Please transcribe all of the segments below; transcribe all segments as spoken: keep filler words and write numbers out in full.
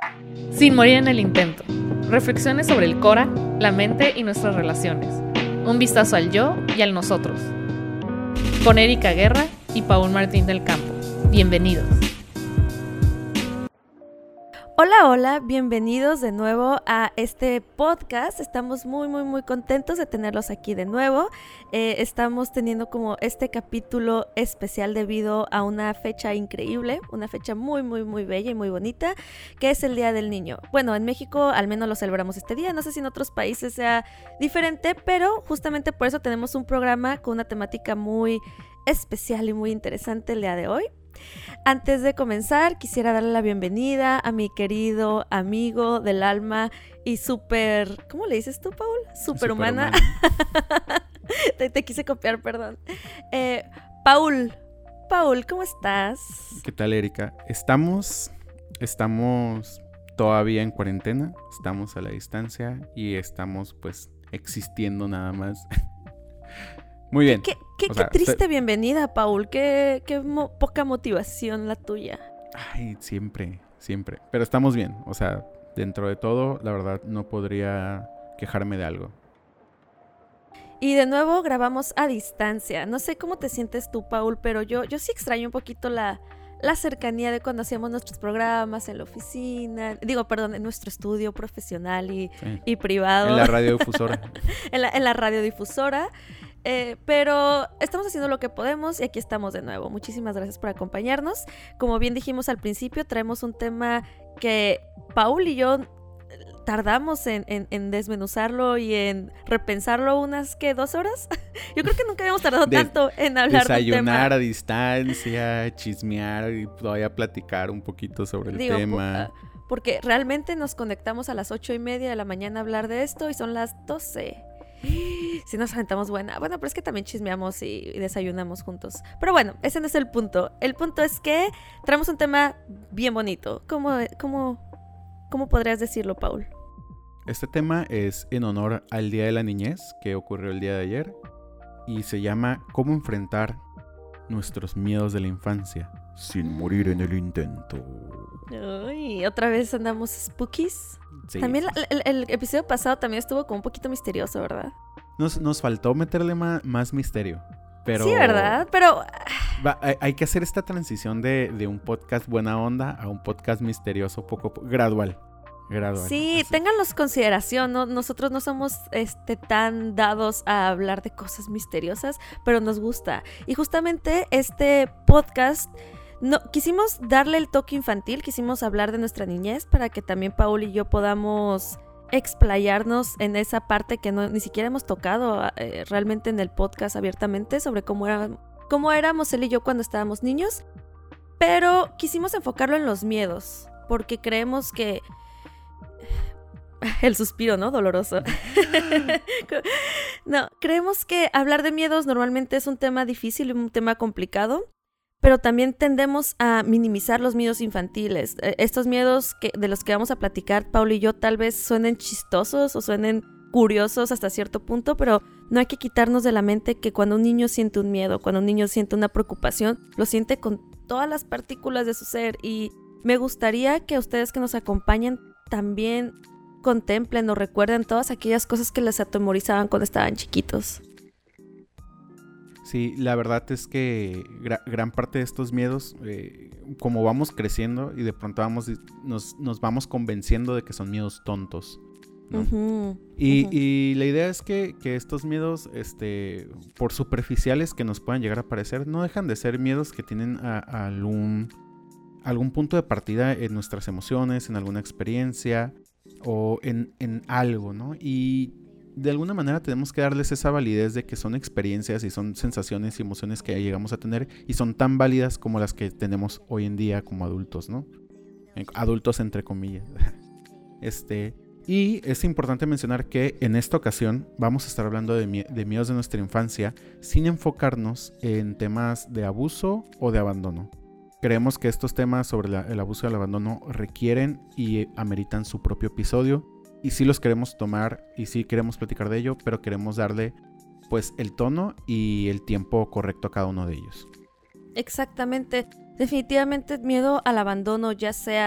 Sin morir en el intento. Reflexiones sobre el Cora, la mente y nuestras relaciones. Un vistazo al yo y al nosotros. Con Erika Guerra y Paul Martín del Campo. Bienvenidos. Hola, hola, bienvenidos de nuevo a este podcast. Estamos muy, muy, muy contentos de tenerlos aquí de nuevo. Eh, estamos teniendo como este capítulo especial debido a una fecha increíble, una fecha muy, muy, muy bella y muy bonita, que es el Día del Niño. Bueno, en México al menos lo celebramos este día, no sé si en otros países sea diferente, pero justamente por eso tenemos un programa con una temática muy especial y muy interesante el día de hoy. Antes de comenzar, quisiera darle la bienvenida a mi querido amigo del alma y súper... ¿Cómo le dices tú, Paul? Superhumana. te, te quise copiar, perdón. Eh, Paul, Paul, ¿cómo estás? ¿Qué tal, Erika? Estamos, estamos todavía en cuarentena, estamos a la distancia y estamos pues existiendo nada más. Muy bien. Qué, qué, qué sea, triste usted... bienvenida, Paul. Qué, qué mo- poca motivación la tuya. Ay, siempre, siempre. Pero estamos bien. O sea, dentro de todo, la verdad, no podría quejarme de algo. Y de nuevo grabamos a distancia. No sé cómo te sientes tú, Paul, pero yo, yo sí extraño un poquito la, la cercanía de cuando hacíamos nuestros programas en la oficina. Digo, perdón, en nuestro estudio profesional y, sí. y privado. En la radiodifusora. en, la, en la radiodifusora. Eh, pero estamos haciendo lo que podemos y aquí estamos de nuevo. Muchísimas gracias por acompañarnos. Como bien dijimos al principio, traemos un tema que Paul y yo tardamos en, en, en desmenuzarlo y en repensarlo unas, ¿qué? ¿Dos horas? Yo creo que nunca habíamos tardado de, tanto en hablar del tema. Desayunar a distancia, chismear y todavía platicar un poquito sobre el Digo, tema. P- porque realmente nos conectamos a las ocho y media de la mañana a hablar de esto y son las doce. Si nos aventamos buena. Bueno, pero es que también chismeamos y, y desayunamos juntos. Pero bueno, ese no es el punto. El punto es que traemos un tema bien bonito. ¿Cómo, cómo, cómo podrías decirlo, Paul? Este tema es en honor al Día de la Niñez, que ocurrió el día de ayer, y se llama ¿Cómo enfrentar nuestros miedos de la infancia sin morir en el intento? Uy, otra vez andamos spookies. Sí, también sí. El, el, el episodio pasado también estuvo como un poquito misterioso, ¿verdad? Nos, nos faltó meterle ma, más misterio. Pero sí, ¿verdad? Pero va, hay, hay que hacer esta transición de, de un podcast buena onda a un podcast misterioso poco, poco gradual. gradual. Sí, Así. ténganlos consideración, ¿no? Nosotros no somos este, tan dados a hablar de cosas misteriosas, pero nos gusta. Y justamente este podcast... No, quisimos darle el toque infantil, quisimos hablar de nuestra niñez para que también Paul y yo podamos explayarnos en esa parte que no, ni siquiera hemos tocado eh, realmente en el podcast abiertamente sobre cómo, era, cómo éramos él y yo cuando estábamos niños, pero quisimos enfocarlo en los miedos, porque creemos que... El suspiro, ¿no? Doloroso. No, creemos que hablar de miedos normalmente es un tema difícil y un tema complicado. Pero también tendemos a minimizar los miedos infantiles. Estos miedos que, de los que vamos a platicar, Paul y yo, tal vez suenen chistosos o suenen curiosos hasta cierto punto, pero no hay que quitarnos de la mente que cuando un niño siente un miedo, cuando un niño siente una preocupación, lo siente con todas las partículas de su ser. Y me gustaría que ustedes que nos acompañan también contemplen o recuerden todas aquellas cosas que les atemorizaban cuando estaban chiquitos. Sí, la verdad es que gra- gran parte de estos miedos, eh, como vamos creciendo y de pronto vamos, nos, nos vamos convenciendo de que son miedos tontos, ¿no? Uh-huh, y, uh-huh. y la idea es que, que estos miedos, este, por superficiales que nos puedan llegar a parecer, no dejan de ser miedos que tienen a, a algún, algún punto de partida en nuestras emociones, en alguna experiencia o en, en algo, ¿no? Y de alguna manera tenemos que darles esa validez de que son experiencias y son sensaciones y emociones que llegamos a tener y son tan válidas como las que tenemos hoy en día como adultos, ¿no? Adultos entre comillas. Este, y es importante mencionar que en esta ocasión vamos a estar hablando de, mie- de miedos de nuestra infancia sin enfocarnos en temas de abuso o de abandono. Creemos que estos temas sobre la, el abuso y el abandono requieren y ameritan su propio episodio. Y sí los queremos tomar y sí queremos platicar de ello, pero queremos darle pues el tono y el tiempo correcto a cada uno de ellos. Exactamente. Definitivamente miedo al abandono, ya sea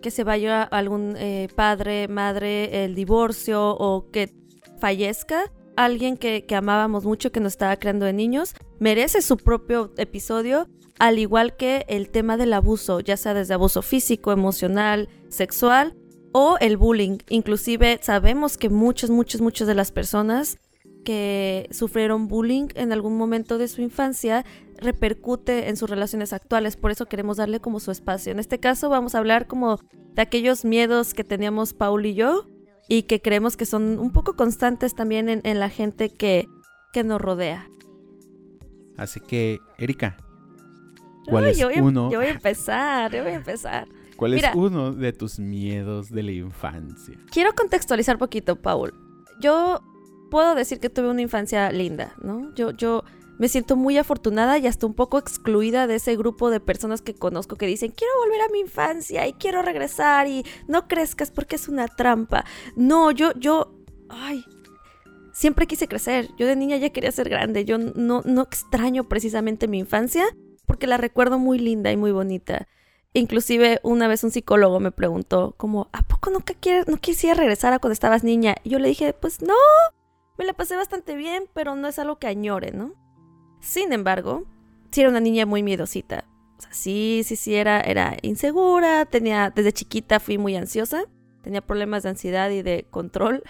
que se vaya algún eh, padre, madre, el divorcio o que fallezca alguien que, que amábamos mucho, que nos estaba creando de niños, merece su propio episodio, al igual que el tema del abuso, ya sea desde abuso físico, emocional, sexual o el bullying. Inclusive sabemos que muchas, muchas, muchas de las personas que sufrieron bullying en algún momento de su infancia repercute en sus relaciones actuales, por eso queremos darle como su espacio. En este caso vamos a hablar como de aquellos miedos que teníamos Paul y yo y que creemos que son un poco constantes también en, en la gente que, que nos rodea. Así que, Erika, ¿cuál Ay, es yo voy a, uno? Yo voy a empezar, yo voy a empezar. ¿Cuál Mira, es uno de tus miedos de la infancia? Quiero contextualizar poquito, Paul. Yo puedo decir que tuve una infancia linda, ¿no? Yo, yo me siento muy afortunada y hasta un poco excluida de ese grupo de personas que conozco que dicen, quiero volver a mi infancia y quiero regresar y no crezcas porque es una trampa. No, yo, yo, ay, siempre quise crecer. Yo de niña ya quería ser grande. Yo no, no extraño precisamente mi infancia porque la recuerdo muy linda y muy bonita. Inclusive una vez un psicólogo me preguntó como, ¿a poco nunca quieres, no quisieras regresar a cuando estabas niña? Y yo le dije, pues no, me la pasé bastante bien, pero no es algo que añore, ¿no? Sin embargo, sí era una niña muy miedosita. O sea, sí, sí, sí, era, era insegura, tenía, desde chiquita fui muy ansiosa, tenía problemas de ansiedad y de control.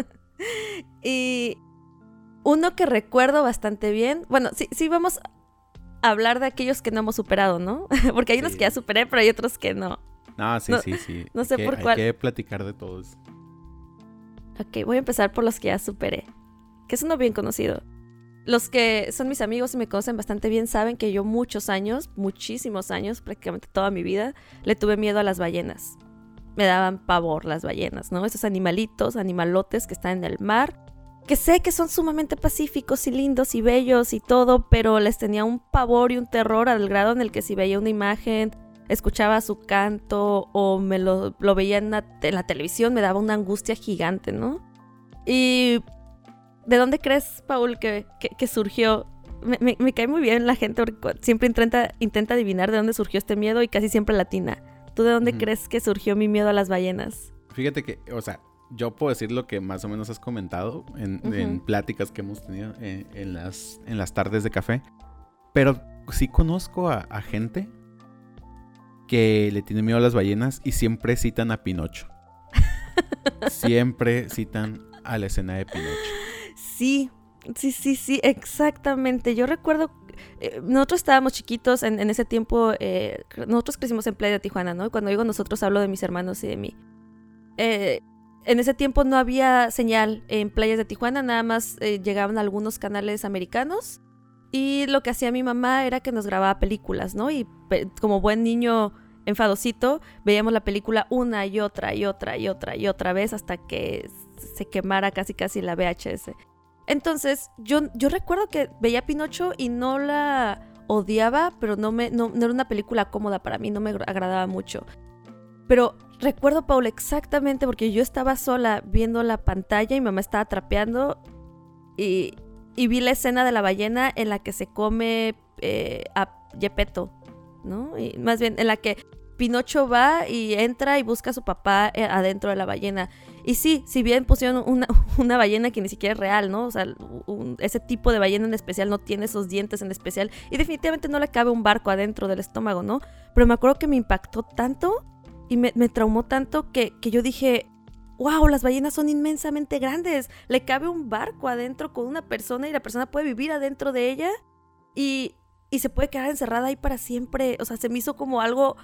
Y uno que recuerdo bastante bien, bueno, sí, sí vamos a hablar de aquellos que no hemos superado, ¿no? Porque hay Sí. unos que ya superé, pero hay otros que no. No, sí, No- sí, sí. no sé Hay que- por hay cuál. que platicar de todos. Ok, voy a empezar por los que ya superé, que es uno bien conocido. Los que son mis amigos y me conocen bastante bien saben que yo muchos años, muchísimos años, prácticamente toda mi vida, le tuve miedo a las ballenas. Me daban pavor las ballenas, ¿no? Esos animalitos, animalotes que están en el mar, que sé que son sumamente pacíficos y lindos y bellos y todo, pero les tenía un pavor y un terror al grado en el que si veía una imagen, escuchaba su canto o me lo, lo veía en la, en la televisión, me daba una angustia gigante, ¿no? Y ¿de dónde crees, Paul, que, que, que surgió? Me, me, me cae muy bien la gente porque siempre intenta, intenta adivinar de dónde surgió este miedo y casi siempre latina. ¿Tú de dónde Ujú. crees que surgió mi miedo a las ballenas? Fíjate que, o sea, yo puedo decir lo que más o menos has comentado en, Ujú. en pláticas que hemos tenido en, en las, en las tardes de café. Pero sí conozco a, a gente que le tiene miedo a las ballenas y siempre citan a Pinocho. Siempre citan a la escena de Pinocho. Sí, sí, sí, sí, exactamente. Yo recuerdo, eh, nosotros estábamos chiquitos en, en ese tiempo, eh, nosotros crecimos en Playa de Tijuana, ¿no? Cuando digo nosotros hablo de mis hermanos y de mí. Eh, en ese tiempo no había señal en playas de Tijuana, nada más eh, llegaban algunos canales americanos y lo que hacía mi mamá era que nos grababa películas, ¿no? Y pe- como buen niño enfadosito, veíamos la película una y otra y otra y otra y otra vez hasta que se quemara casi casi la V H S. Entonces, yo, yo recuerdo que veía Pinocho y no la odiaba, pero no, me, no, no era una película cómoda para mí, no me agradaba mucho. Pero recuerdo, Paul, exactamente porque yo estaba sola viendo la pantalla y mi mamá estaba trapeando y, y vi la escena de la ballena en la que se come eh, a Gepetto, ¿no? Y más bien en la que Pinocho va y entra y busca a su papá eh, adentro de la ballena. Y sí, si bien pusieron una, una ballena que ni siquiera es real, ¿no? O sea, un, ese tipo de ballena en especial no tiene esos dientes en especial y definitivamente no le cabe un barco adentro del estómago, ¿no? Pero me acuerdo que me impactó tanto y me, me traumó tanto que, que yo dije, wow, las ballenas son inmensamente grandes. Le cabe un barco adentro con una persona y la persona puede vivir adentro de ella y, y se puede quedar encerrada ahí para siempre. O sea, se me hizo como algo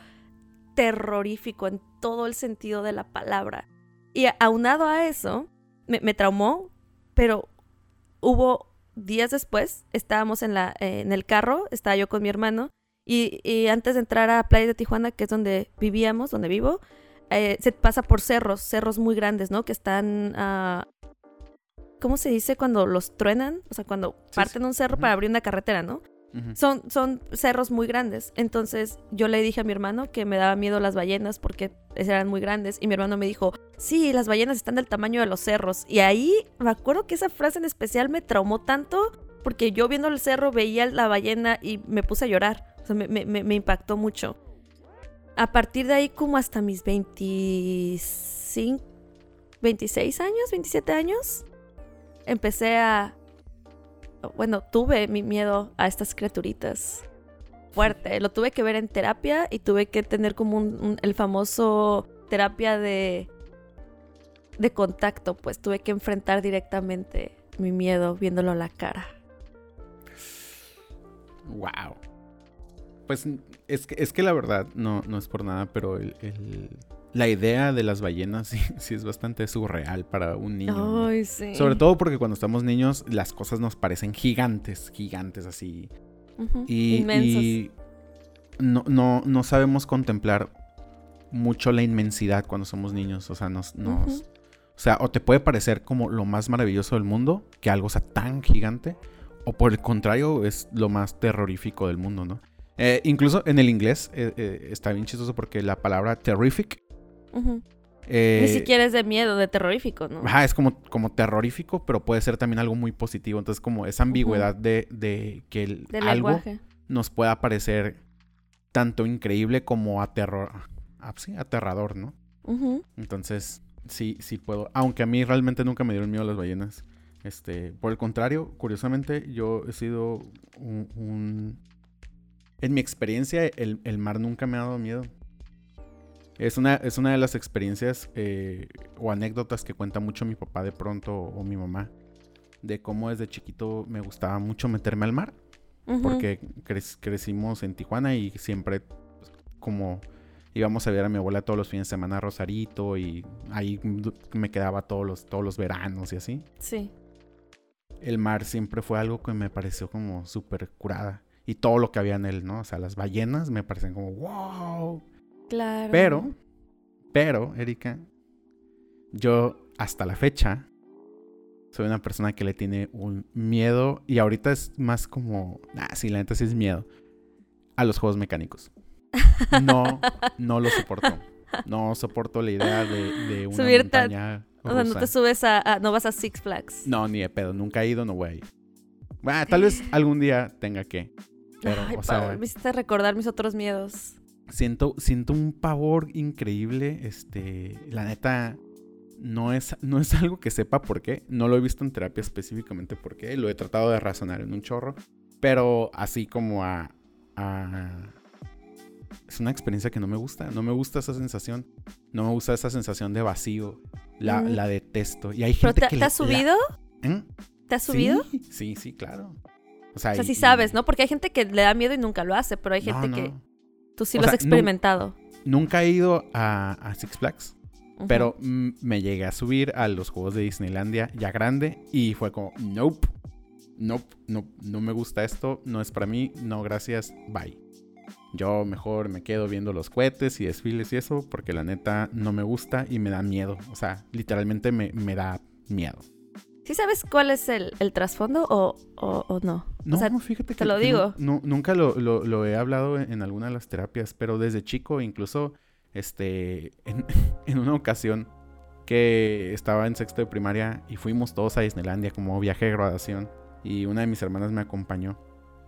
terrorífico en todo el sentido de la palabra. Y aunado a eso, me, me traumó, pero hubo días después, estábamos en, la, eh, en el carro, estaba yo con mi hermano, y, y antes de entrar a Playa de Tijuana, que es donde vivíamos, donde vivo, eh, se pasa por cerros, cerros muy grandes, ¿no? Que están, uh, ¿cómo se dice cuando los truenan? O sea, cuando Sí, parten sí. un cerro Ujú. para abrir una carretera, ¿no? Ujú. Son, son cerros muy grandes. Entonces yo le dije a mi hermano que me daba miedo las ballenas porque eran muy grandes. Y mi hermano me dijo, sí, las ballenas están del tamaño de los cerros. Y ahí me acuerdo que esa frase en especial me traumó tanto porque yo viendo el cerro veía la ballena y me puse a llorar. O sea, me, me, me impactó mucho. a partir de ahí como hasta mis veinticinco, veintiséis años, veintisiete años, empecé a... Bueno, tuve mi miedo a estas criaturitas fuerte. Lo tuve que ver en terapia y tuve que tener como un, un, el famoso terapia de, de contacto. Pues tuve que enfrentar directamente mi miedo viéndolo a la cara. Wow. Pues es que, es que la verdad, no, no es por nada, pero el, el, la idea de las ballenas sí, sí es bastante surreal para un niño. Ay, ¿no? sí. Sobre todo porque cuando estamos niños las cosas nos parecen gigantes, gigantes así. Uh-huh. Y, Inmensos. y no, no, no sabemos contemplar mucho la inmensidad cuando somos niños. O sea, nos, nos, Uh-huh. o sea, o te puede parecer como lo más maravilloso del mundo, que algo sea tan gigante, o por el contrario es lo más terrorífico del mundo, ¿no? Eh, incluso en el inglés eh, eh, está bien chistoso porque la palabra terrific Uh-huh. eh, Ni siquiera es de miedo, de terrorífico, ¿no? ajá, es como, como terrorífico, pero puede ser también algo muy positivo. Entonces como esa ambigüedad uh-huh. de, de que el, Del algo lenguaje nos pueda parecer tanto increíble como aterro- ah, sí, aterrador, ¿no? Uh-huh. Entonces sí, sí puedo. Aunque a mí realmente nunca me dieron miedo las ballenas. Este, por el contrario, curiosamente, yo he sido un... un... En mi experiencia, el, el mar nunca me ha dado miedo. Es una, es una de las experiencias eh, o anécdotas que cuenta mucho mi papá de pronto o, o mi mamá. De cómo desde chiquito me gustaba mucho meterme al mar. Uh-huh. Porque cre- crecimos en Tijuana y siempre pues, como íbamos a ver a mi abuela todos los fines de semana a Rosarito. Y ahí me quedaba todos los, todos los veranos y así. Sí. El mar siempre fue algo que me pareció como súper curada. Y todo lo que había en él, ¿no? O sea, las ballenas me parecen como wow. Claro. Pero, pero, Erika, yo hasta la fecha soy una persona que le tiene un miedo. Y ahorita es más como, ah, sí, la neta sí es miedo. A los juegos mecánicos. No, no lo soporto. No soporto la idea de, de una Subirte montaña a, o sea, no te subes a, a, no vas a Six Flags. No, ni de pedo, nunca he ido, no voy a ir. Bueno, tal vez algún día tenga que. Pero, Ay, o sea, Pau, me hiciste recordar mis otros miedos. Siento, siento un pavor increíble. Este, la neta, no es, no es algo que sepa por qué. No lo he visto en terapia específicamente por qué. Lo he tratado de razonar en un chorro. Pero así como a, a... Es una experiencia que no me gusta. No me gusta esa sensación. No me gusta esa sensación de vacío. La, mm. la detesto. Y hay gente ¿Pero te, que te has subido? La... ¿Eh? ¿Te has subido? Sí, sí, sí, claro. O sea, o sea y, sí sabes, ¿no? Porque hay gente que le da miedo y nunca lo hace, pero hay gente no, no. que tú sí o lo sea, has experimentado. Nu- nunca he ido a, a Six Flags, uh-huh. pero mm, me llegué a subir a los juegos de Disneylandia ya grande y fue como, nope, nope, nope, no me gusta esto, no es para mí, no gracias, bye. Yo mejor me quedo viendo los cohetes y desfiles y eso, porque la neta no me gusta y me da miedo. O sea, literalmente me, me da miedo. ¿Sí sabes cuál es el, el trasfondo o, o, o no? No, o sea, fíjate que... Te lo que digo. No, no, nunca lo, lo, lo he hablado en alguna de las terapias, pero desde chico, incluso este, en, en una ocasión que estaba en sexto de primaria y fuimos todos a Disneylandia como viaje de graduación y una de mis hermanas me acompañó.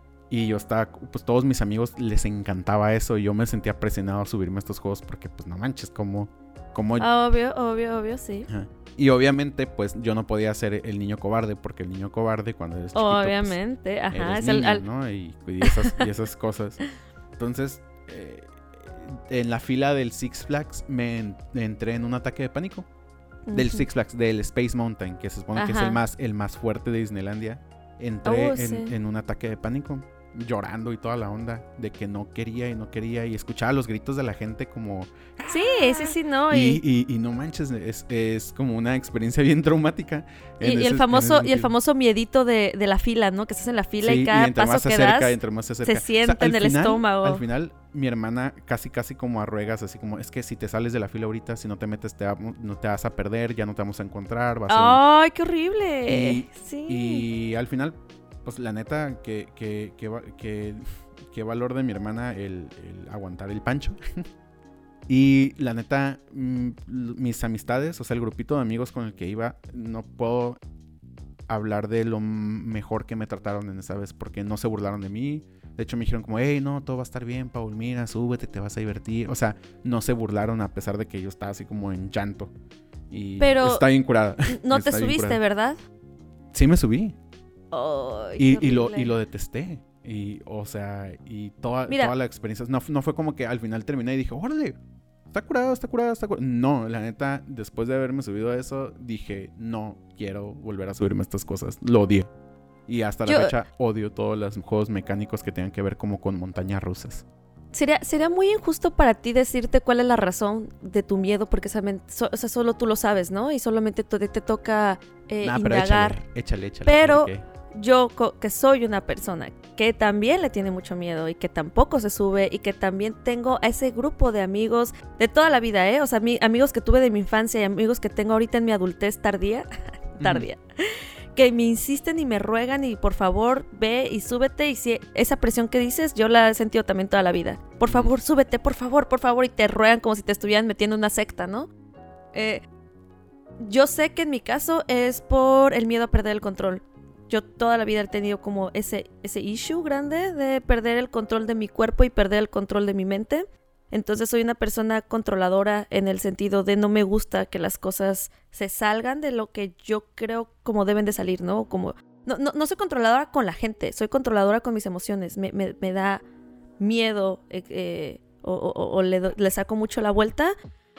Y yo estaba, pues todos mis amigos les encantaba eso y yo me sentía presionado a subirme a estos juegos porque pues no manches, como... como... Obvio, obvio, obvio, sí. Ajá. Y obviamente pues yo no podía ser el niño cobarde porque el niño cobarde cuando eres chiquito obviamente, pues, ajá, eres es niño, el... ¿no? Y, y, esas, y esas cosas. Entonces, eh, en la fila del Six Flags me en, entré en un ataque de pánico. Uh-huh. Del Six Flags, del Space Mountain, que se supone ajá. que es el más, el más fuerte de Disneylandia. Entré oh, en, sí. en un ataque de pánico, llorando y toda la onda de que no quería y no quería y escuchaba los gritos de la gente como sí, sí, sí, no y, y, y, y no manches, es, es como una experiencia bien traumática y, y el famoso y el famoso miedito de, de la fila, ¿no? Que estás en la fila sí, y cada y paso más que acerca, das entre más se, acerca. se siente o sea, en el final, estómago. Al final mi hermana casi casi como a ruegas, así como es que si te sales de la fila ahorita, si no te metes te, no te vas a perder, ya no te vamos a encontrar, va a ser ¡ay, un... qué horrible! Y, sí. Y al final pues la neta, que, que, que, que, que valor de mi hermana el, el aguantar el pancho. Y la neta, m- mis amistades, o sea, el grupito de amigos con el que iba, no puedo hablar de lo mejor que me trataron en esa vez, porque no se burlaron de mí, De hecho me dijeron como, hey, no, todo va a estar bien, Paul, mira, súbete, te vas a divertir. O sea, no se burlaron a pesar de que yo estaba así como en llanto. Y pero está bien curada. No Está te bien subiste, curada. ¿verdad? Sí me subí. Oh, y, y, lo, y lo detesté. Y, o sea, y toda, Mira, toda la experiencia. No, no fue como que al final terminé y dije, órale, está curado, está curado, está curado. No, la neta, después de haberme subido a eso, dije, no quiero volver a subirme a estas cosas. Lo odié. Y hasta la Yo... fecha odio todos los juegos mecánicos que tengan que ver como con montañas rusas. Sería, sería muy injusto para ti decirte cuál es la razón de tu miedo, porque so, o sea, solo tú lo sabes, ¿no? Y solamente te, te toca eh, nah, pero indagar. Échale, échale, échale. Pero ¿qué? yo, que soy una persona que también le tiene mucho miedo y que tampoco se sube y que también tengo a ese grupo de amigos de toda la vida, ¿eh? O sea, mi, amigos que tuve de mi infancia y amigos que tengo ahorita en mi adultez tardía, tardía. Mm. Que me insisten y me ruegan y por favor ve y súbete, y si esa presión que dices yo la he sentido también toda la vida. Por favor, súbete, por favor, por favor, y te ruegan como si te estuvieran metiendo en una secta, ¿no? Eh, yo sé que en mi caso es por el miedo a perder el control. Yo toda la vida he tenido como ese, ese issue grande de perder el control de mi cuerpo y perder el control de mi mente. Entonces soy una persona controladora en el sentido de no me gusta que las cosas se salgan de lo que yo creo como deben de salir, ¿no? Como, no, no, no soy controladora con la gente, soy controladora con mis emociones. Me, me, me da miedo eh, eh, o, o, o le, le saco mucho la vuelta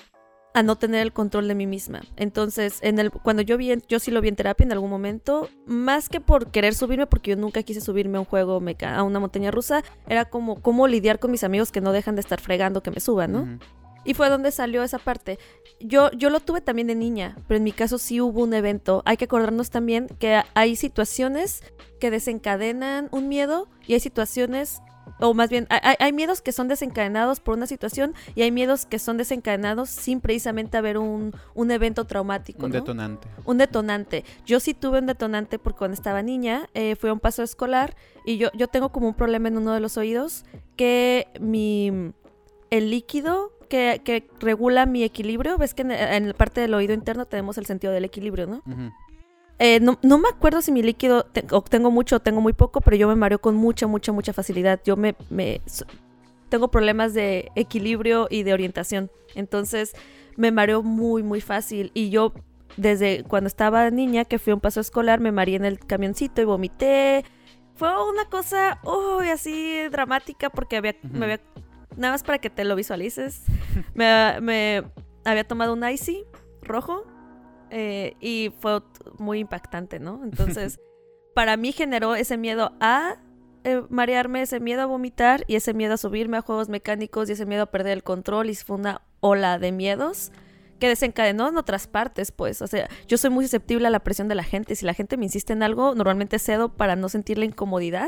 a no tener el control de mí misma. Entonces, en el, cuando yo vi, yo sí lo vi en terapia en algún momento, más que por querer subirme, porque yo nunca quise subirme a un juego, meca, a una montaña rusa, era como cómo lidiar con mis amigos que no dejan de estar fregando que me suban, ¿no? Uh-huh. Y fue donde salió esa parte. Yo, yo lo tuve también de niña, pero en mi caso sí hubo un evento. Hay que acordarnos también que hay situaciones que desencadenan un miedo y hay situaciones... O más bien, hay, hay miedos que son desencadenados por una situación y hay miedos que son desencadenados sin precisamente haber un, un evento traumático, Un ¿no? detonante. Un detonante. Yo sí tuve un detonante porque cuando estaba niña eh, fui a un paso escolar y yo, yo tengo como un problema en uno de los oídos que mi el líquido que, que regula mi equilibrio, ves que en, en la parte del oído interno tenemos el sentido del equilibrio, ¿no? Uh-huh. Eh, no, no me acuerdo si mi líquido te, o tengo mucho o tengo muy poco, pero yo me mareo con mucha, mucha, mucha facilidad. Yo me, me tengo problemas de equilibrio y de orientación. Entonces me mareo muy, muy fácil. Y yo desde cuando estaba niña, que fui a un paso escolar, me mareé en el camioncito y vomité. Fue una cosa uy, así dramática porque había, uh-huh. me había, nada más para que te lo visualices, me, me había tomado un icy rojo. Eh, y fue muy impactante, ¿no? Entonces, para mí generó ese miedo a eh, marearme, ese miedo a vomitar y ese miedo a subirme a juegos mecánicos y ese miedo a perder el control, y fue una ola de miedos que desencadenó en otras partes, pues. O sea, yo soy muy susceptible a la presión de la gente. Si la gente me insiste en algo, normalmente cedo para no sentir la incomodidad.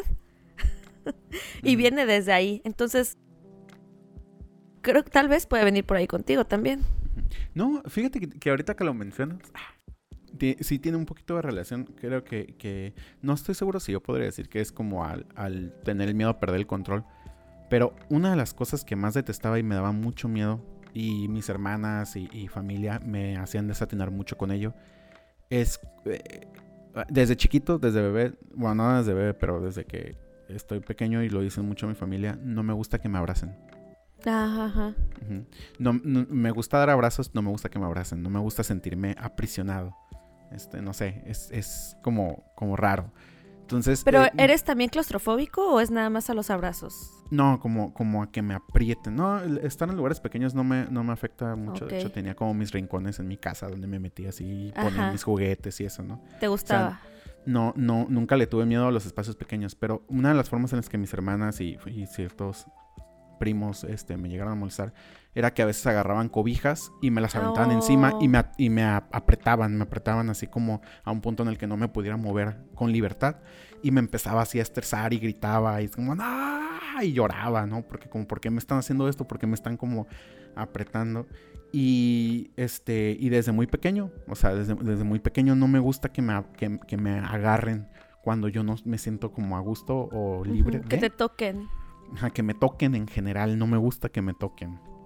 Y viene desde ahí. Entonces, creo que tal vez puede venir por ahí contigo también. No, fíjate que, que ahorita que lo mencionas, t- sí tiene un poquito de relación. Creo que, que no estoy seguro si yo podría decir que es como al, al tener el miedo a perder el control. Pero una de las cosas que más detestaba y me daba mucho miedo, y mis hermanas y, y familia me hacían desatinar mucho con ello, es eh, desde chiquito, desde bebé, bueno, no desde bebé, pero desde que estoy pequeño, y lo dicen mucho mi familia, no me gusta que me abracen. Ajá, ajá. Uh-huh. No, no, me gusta dar abrazos, no me gusta que me abracen, no me gusta sentirme aprisionado. Este, no sé, es, es como, como raro. Entonces, ¿Pero eh, eres también claustrofóbico o es nada más a los abrazos? No, como, como a que me aprieten. No, estar en lugares pequeños no me, no me afecta mucho. Okay. De hecho, tenía como mis rincones en mi casa donde me metía así, ponía mis juguetes y eso, ¿no? ¿Te gustaba? O sea, no, no, nunca le tuve miedo a los espacios pequeños, pero una de las formas en las que mis hermanas y, y ciertos primos este, me llegaron a molestar era que a veces agarraban cobijas y me las aventaban oh. encima y me, y me apretaban, me apretaban así como a un punto en el que no me pudiera mover con libertad, y me empezaba así a estresar y gritaba y como ¡ah! Y lloraba, ¿no? Porque como, ¿por qué me están haciendo esto? ¿Por qué me están como apretando? Y este y desde muy pequeño, o sea, desde, desde muy pequeño no me gusta que me, que, que me agarren cuando yo no me siento como a gusto o libre. Uh-huh, que te toquen. Ajá, que me toquen en general, no me gusta que me toquen.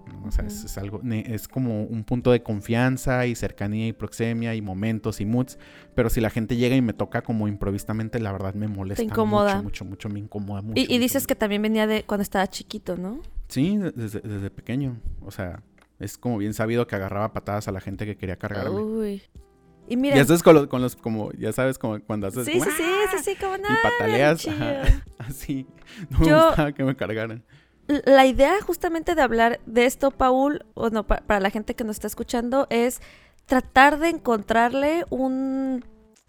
O sea, uh-huh. es, es algo, es como un punto de confianza y cercanía y proxemia y momentos y moods, pero si la gente llega y me toca como improvisamente, la verdad me molesta. Te incomoda. Mucho, mucho, mucho, me incomoda mucho. Y, y mucho, dices mucho. que también venía de cuando estaba chiquito, ¿no? Sí, desde, desde pequeño. O sea, es como bien sabido que agarraba patadas a la gente que quería cargarme. Uy. Y mira. Y haces con los, con los, como, ya sabes, como cuando haces. Sí, como, sí, sí, sí, sí, como nada. Y pataleas. Ajá, así. No me Yo, gustaba que me cargaran. La idea justamente de hablar de esto, Paul, o no, para, para la gente que nos está escuchando, es tratar de encontrarle un,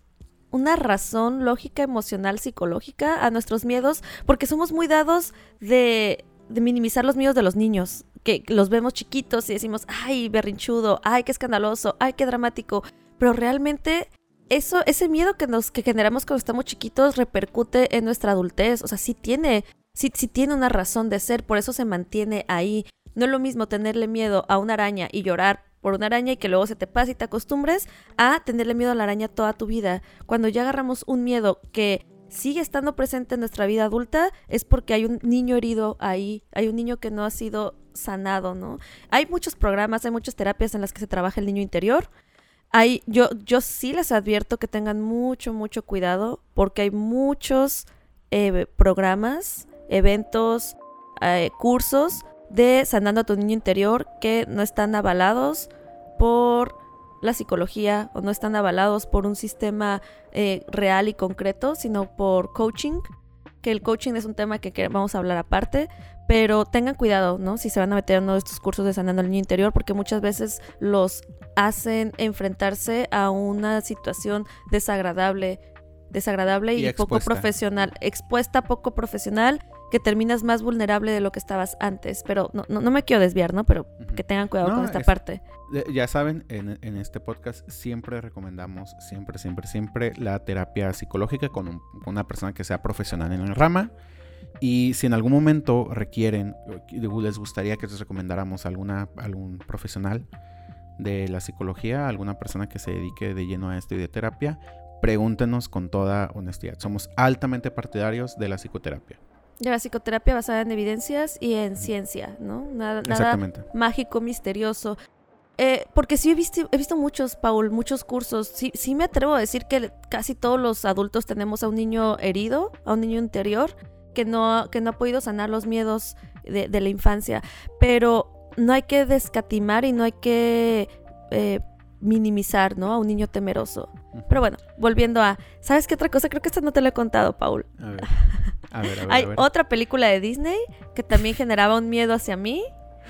una razón lógica, emocional, psicológica a nuestros miedos, porque somos muy dados de, de minimizar los miedos de los niños, que los vemos chiquitos y decimos, ay, berrinchudo, ay, qué escandaloso, ay, qué dramático, pero realmente eso, ese miedo que nos que generamos cuando estamos chiquitos repercute en nuestra adultez, o sea, sí tiene... Sí, sí tiene una razón de ser, por eso se mantiene ahí. No es lo mismo tenerle miedo a una araña y llorar por una araña y que luego se te pase y te acostumbres a tenerle miedo a la araña toda tu vida. Cuando ya agarramos un miedo que sigue estando presente en nuestra vida adulta, es porque hay un niño herido ahí, hay un niño que no ha sido sanado, ¿no? Hay muchos programas, hay muchas terapias en las que se trabaja el niño interior. Hay, yo, yo sí les advierto que tengan mucho, mucho cuidado porque hay muchos eh, programas... eventos, eh, cursos de sanando a tu niño interior que no están avalados por la psicología o no están avalados por un sistema eh, real y concreto, sino por coaching, que el coaching es un tema que, que vamos a hablar aparte, pero tengan cuidado, ¿no? Si se van a meter en uno de estos cursos de sanando al niño interior, porque muchas veces los hacen enfrentarse a una situación desagradable, desagradable y, y poco profesional, expuesta, poco profesional, que terminas más vulnerable de lo que estabas antes. Pero no, no, no me quiero desviar, ¿no? Pero uh-huh. que tengan cuidado no, con esta es, parte. Ya saben, en, en este podcast siempre recomendamos, siempre, siempre, siempre la terapia psicológica con, un, con una persona que sea profesional en la rama. Y si en algún momento requieren, les gustaría que les recomendáramos alguna, algún profesional de la psicología, alguna persona que se dedique de lleno a esto y de terapia, pregúntenos con toda honestidad. Somos altamente partidarios de la psicoterapia. De la psicoterapia basada en evidencias y en ciencia, ¿no? Nada, nada mágico, misterioso. Eh, porque sí he visto, he visto muchos, Paul, muchos cursos. Sí, sí me atrevo a decir que casi todos los adultos tenemos a un niño herido, a un niño interior, que no, que no ha podido sanar los miedos de, de la infancia. Pero no hay que descatimar y no hay que eh, minimizar, ¿no? A un niño temeroso. Uh-huh. Pero bueno, volviendo a... ¿Sabes qué otra cosa? Creo que esta no te lo he contado, Paul. A ver. A ver, a ver, Hay a ver. otra película de Disney que también generaba un miedo hacia mí.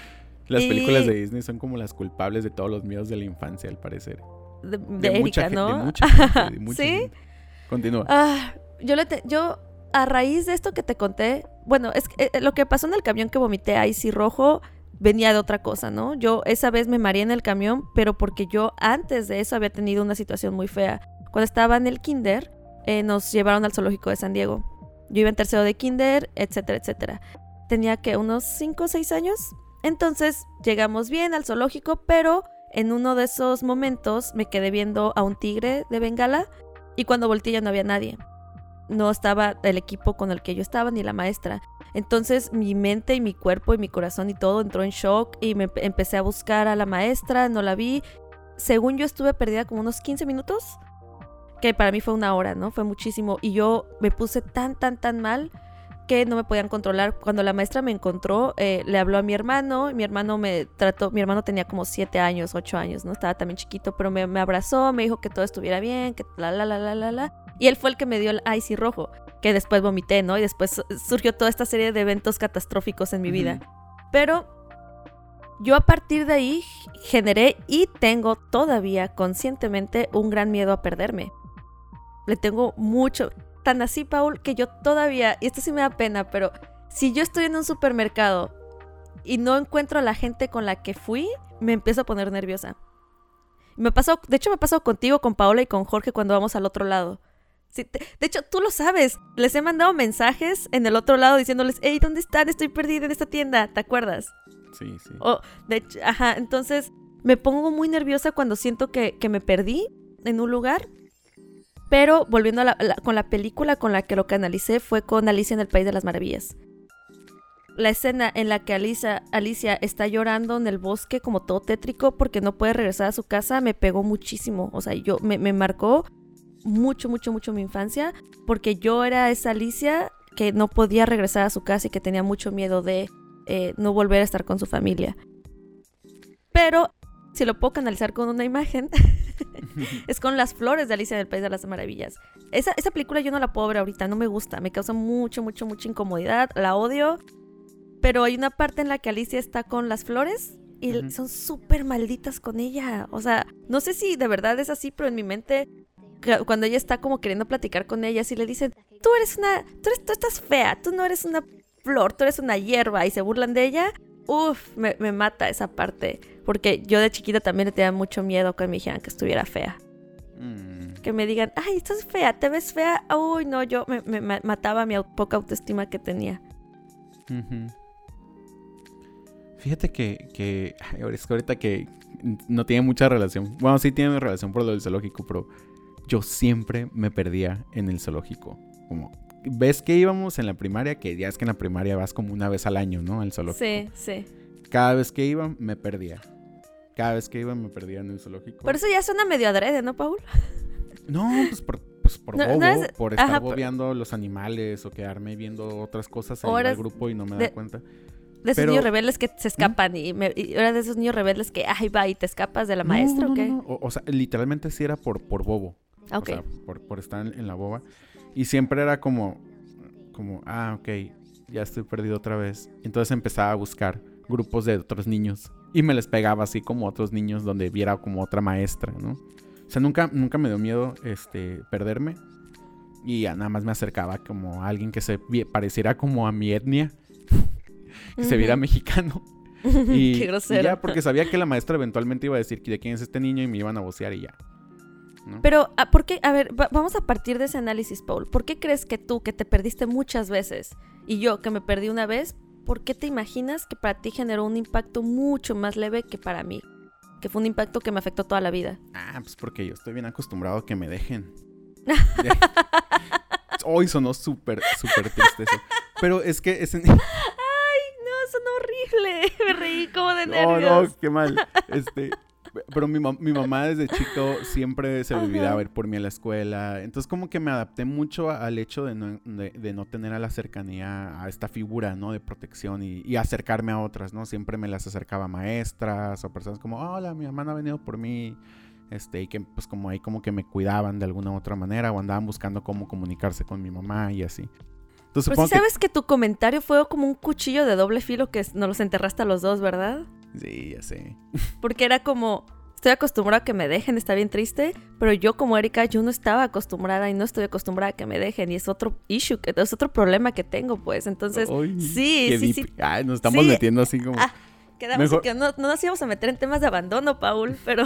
Las y... películas de Disney son como las culpables de todos los miedos de la infancia, al parecer. De, de, de Erika, mucha ¿no? Gente, de mucha gente, de mucha ¿Sí? Gente. Continúa. Ah, yo, le te, yo, a raíz de esto que te conté, bueno, es que, eh, lo que pasó en el camión que vomité Icy rojo venía de otra cosa, ¿no? Yo esa vez me mareé en el camión, pero porque yo antes de eso había tenido una situación muy fea. Cuando estaba en el kinder, eh, nos llevaron al zoológico de San Diego. Yo iba en tercero de kinder, etcétera, etcétera. Tenía que unos cinco o seis años. Entonces llegamos bien al zoológico, pero en uno de esos momentos me quedé viendo a un tigre de Bengala y cuando volteé ya no había nadie. No estaba el equipo con el que yo estaba ni la maestra. Entonces mi mente y mi cuerpo y mi corazón y todo entró en shock y me empecé a buscar a la maestra, no la vi. Según yo estuve perdida como unos quince minutos. Que para mí fue una hora, ¿no? Fue muchísimo. Y yo me puse tan, tan, tan mal que no me podían controlar. Cuando la maestra me encontró, eh, le habló a mi hermano. Mi hermano me trató... Mi hermano tenía como siete años, ocho años, ¿no? Estaba también chiquito, pero me, me abrazó, me dijo que todo estuviera bien, que la, la, la, la, la, la. Y él fue el que me dio el Icy rojo, que después vomité, ¿no? Y después surgió toda esta serie de eventos catastróficos en mi uh-huh. vida. Pero yo a partir de ahí generé y tengo todavía conscientemente un gran miedo a perderme. Le tengo mucho, tan así, Paul, que yo todavía, y esto sí me da pena, pero si yo estoy en un supermercado y no encuentro a la gente con la que fui, me empiezo a poner nerviosa. Me pasó, de hecho me pasó contigo, con Paola y con Jorge cuando vamos al otro lado. Sí, te, de hecho, tú lo sabes, les he mandado mensajes en el otro lado diciéndoles, hey, ¿dónde están? Estoy perdida en esta tienda, ¿te acuerdas? Sí, sí. Oh, de hecho, ajá, entonces me pongo muy nerviosa cuando siento que, que me perdí en un lugar. Pero volviendo a la, la, con la película con la que lo canalicé fue con Alicia en el País de las Maravillas. la escena en la que Alicia, Alicia está llorando en el bosque como todo tétrico porque no puede regresar a su casa, me pegó muchísimo. O sea, yo me, me marcó mucho, mucho, mucho mi infancia porque yo era esa Alicia que no podía regresar a su casa y que tenía mucho miedo de eh, no volver a estar con su familia. Pero si lo puedo canalizar con una imagen, es con Las Flores de Alicia en el País de las Maravillas. Esa, esa película yo no la puedo ver ahorita, no me gusta, me causa mucho, mucho, mucha incomodidad, la odio. Pero hay una parte en la que Alicia está con las flores y uh-huh. son súper malditas con ella. O sea, no sé si de verdad es así, pero en mi mente, cuando ella está como queriendo platicar con ella, sí le dicen, tú eres una, tú, eres, tú estás fea, tú no eres una flor, tú eres una hierba, y se burlan de ella. Uf, me, me mata esa parte. Porque yo de chiquita también le tenía mucho miedo que me dijeran que estuviera fea. Mm. Que me digan, ay, estás fea, te ves fea. Uy, no, yo me, me, me mataba mi poca autoestima que tenía. Uh-huh. Fíjate que, que es que ahorita que no tiene mucha relación. Bueno, sí tiene relación por lo del zoológico, pero yo siempre me perdía en el zoológico. Como, ¿ves que íbamos en la primaria? Que ya es que en la primaria vas como una vez al año, ¿no? Al zoológico. Sí, sí. Cada vez que iba, me perdía. Cada vez que iba, me perdía en el zoológico. Por eso ya suena medio adrede, ¿no, Paul? No, pues por, pues por no, bobo, no es... por estar Ajá, bobeando por... los animales o quedarme viendo otras cosas en el grupo y no me de... da cuenta. De esos Pero... niños rebeldes que se escapan ¿Mm? y, me, y era de esos niños rebeldes que ay va y te escapas de la no, maestra no, o qué. No, no. O, o sea, literalmente sí era por, por bobo. Okay. O sea, por, por estar en, en la boba. Y siempre era como, como, ah, ok, ya estoy perdido otra vez. Entonces empezaba a buscar grupos de otros niños y me les pegaba así como otros niños donde viera como otra maestra, ¿no? O sea, nunca, nunca me dio miedo este, perderme y ya nada más me acercaba como a alguien que se pareciera como a mi etnia. Que uh-huh. se viera mexicano. Y, Qué grosero. Y ya, porque sabía que la maestra eventualmente iba a decir de quién es este niño y me iban a vocear y ya, ¿no? Pero, ¿por qué? A ver, va- vamos a partir de ese análisis, Paul. ¿Por qué crees que tú, que te perdiste muchas veces, y yo, que me perdí una vez, por qué te imaginas que para ti generó un impacto mucho más leve que para mí? Que fue un impacto que me afectó toda la vida. Ah, pues porque yo estoy bien acostumbrado a que me dejen. Hoy sonó súper, súper triste eso. Pero es que... Es en... Sonó horrible. Me reí como de nervios. No, no, qué mal. Este, pero mi, mi mamá desde chico siempre se olvidaba uh-huh. ir por mí a la escuela. Entonces como que me adapté mucho al hecho de no, de, de no tener a la cercanía a esta figura, ¿no? De protección y, y acercarme a otras, ¿no? Siempre me las acercaba a maestras o personas como, hola, mi mamá no ha venido por mí. Este, y que pues como ahí como que me cuidaban de alguna u otra manera o andaban buscando cómo comunicarse con mi mamá y así. Entonces, pero si sabes que... que tu comentario fue como un cuchillo de doble filo que nos los enterraste a los dos, ¿verdad? Sí, ya sé. Porque era como, estoy acostumbrada a que me dejen, está bien triste, pero yo como Erika, yo no estaba acostumbrada y no estoy acostumbrada a que me dejen y es otro issue, que es otro problema que tengo, pues. Entonces, Oy, sí, sí, sí. Ay, nos estamos sí. metiendo así como... Ah, quedamos Mejor... que no, no nos íbamos a meter en temas de abandono, Paul, pero...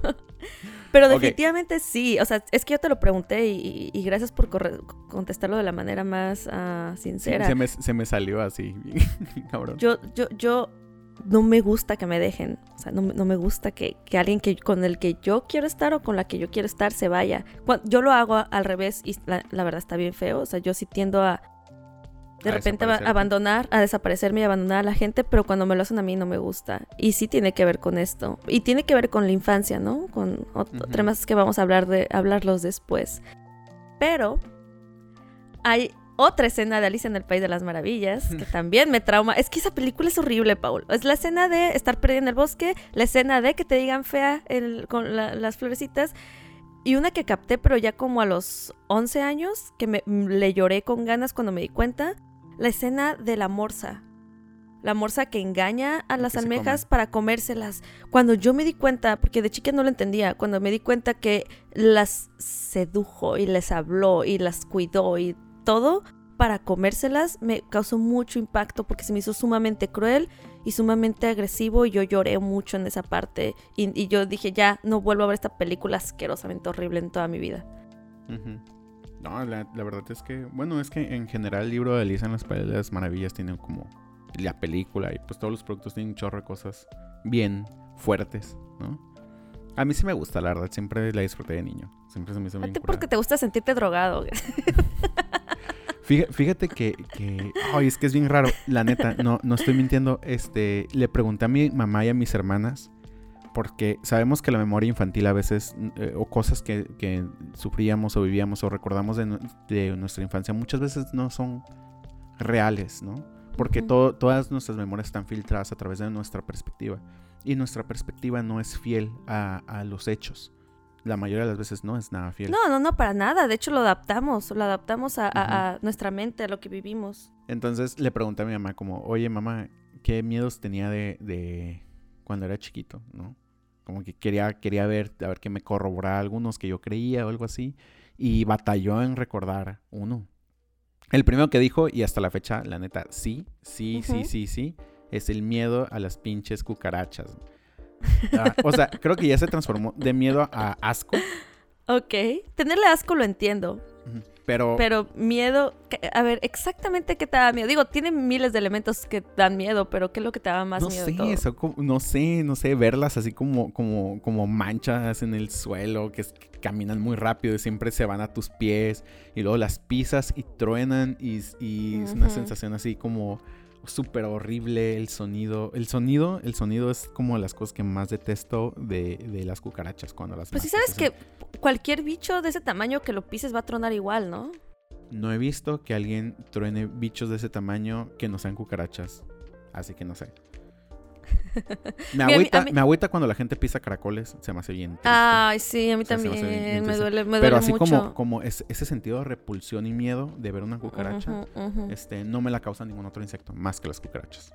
Pero definitivamente okay. sí, o sea, es que yo te lo pregunté y, y gracias por corre- contestarlo de la manera más uh, sincera. Sí, se, me, se me salió así, cabrón. Yo, yo, yo no me gusta que me dejen, o sea, no, no me gusta que, que alguien que, con el que yo quiero estar o con la que yo quiero estar se vaya. Cuando, yo lo hago al revés y la, la verdad está bien feo, o sea, yo sí tiendo a de a repente a abandonar, a desaparecerme y abandonar a la gente, pero cuando me lo hacen a mí no me gusta. Y sí tiene que ver con esto. Y tiene que ver con la infancia, ¿no? Con otros uh-huh. temas que vamos a hablar de hablarlos después. Pero hay otra escena de Alicia en el País de las Maravillas que también me trauma. Es que esa película es horrible, Paul. Es la escena de estar perdida en el bosque, la escena de que te digan fea el, con la, las florecitas. Y una que capté, pero ya como a los once años, que me, le lloré con ganas cuando me di cuenta. La escena de la morsa. La morsa que engaña a las almejas para comérselas. Cuando yo me di cuenta, porque de chica no lo entendía, cuando me di cuenta que las sedujo y les habló y las cuidó y todo para comérselas, me causó mucho impacto porque se me hizo sumamente cruel y sumamente agresivo y yo lloré mucho en esa parte. Y, y yo dije, ya, no vuelvo a ver esta película asquerosamente horrible en toda mi vida. Uh-huh. No, la, la verdad es que, bueno, es que en general el libro de Alicia en el País de las Maravillas tiene como la película y pues todos los productos tienen un chorro de cosas bien fuertes, ¿no? A mí sí me gusta, la verdad, siempre la disfruté de niño. Siempre se me hizo bien curada. Porque te gusta sentirte drogado. Fíjate, fíjate que, que... Ay, es que es bien raro. La neta, no, no estoy mintiendo. Este, le pregunté a mi mamá y a mis hermanas, porque sabemos que la memoria infantil a veces, eh, o cosas que, que sufríamos o vivíamos o recordamos de, de nuestra infancia, muchas veces no son reales, ¿no? Porque to- todas nuestras memorias están filtradas a través de nuestra perspectiva. Y nuestra perspectiva no es fiel a, a los hechos. La mayoría de las veces no es nada fiel. No, no, no, para nada. De hecho, lo adaptamos. Lo adaptamos a, uh-huh. a, a nuestra mente, a lo que vivimos. Entonces le pregunté a mi mamá como, oye, mamá, ¿qué miedos tenía de, de cuando era chiquito, ¿no? Como que quería, quería ver, a ver que me corroborara algunos que yo creía o algo así. Y batalló en recordar uno. El primero que dijo, y hasta la fecha, la neta, sí, sí, uh-huh. sí, sí, sí, es el miedo a las pinches cucarachas. Ah, o sea, creo que ya se transformó de miedo a asco. Ok, tenerle asco lo entiendo. Pero... Pero miedo, a ver, exactamente qué te da miedo. Digo, tiene miles de elementos que dan miedo, pero ¿qué es lo que te da más no miedo? Sé, de todo? Eso, no sé, no sé, verlas así como, como, como manchas en el suelo, que, es, que caminan muy rápido y siempre se van a tus pies, y luego las pisas y truenan y, y uh-huh. es una sensación así como... súper horrible el sonido. El sonido, el sonido es como las cosas que más detesto de, de las cucarachas cuando las Pues sí sabes que cualquier bicho de ese tamaño que lo pises va a tronar igual, ¿no? No he visto que alguien truene bichos de ese tamaño que no sean cucarachas. Así que no sé. Me agüita, mí... me agüita cuando la gente pisa caracoles. Se me hace bien triste. Ay, sí, a mí o sea, también. Me, bien, bien me duele, me Pero duele así mucho. como, como es, ese sentido de repulsión y miedo de ver una cucaracha, uh-huh, uh-huh. Este, no me la causa ningún otro insecto más que las cucarachas.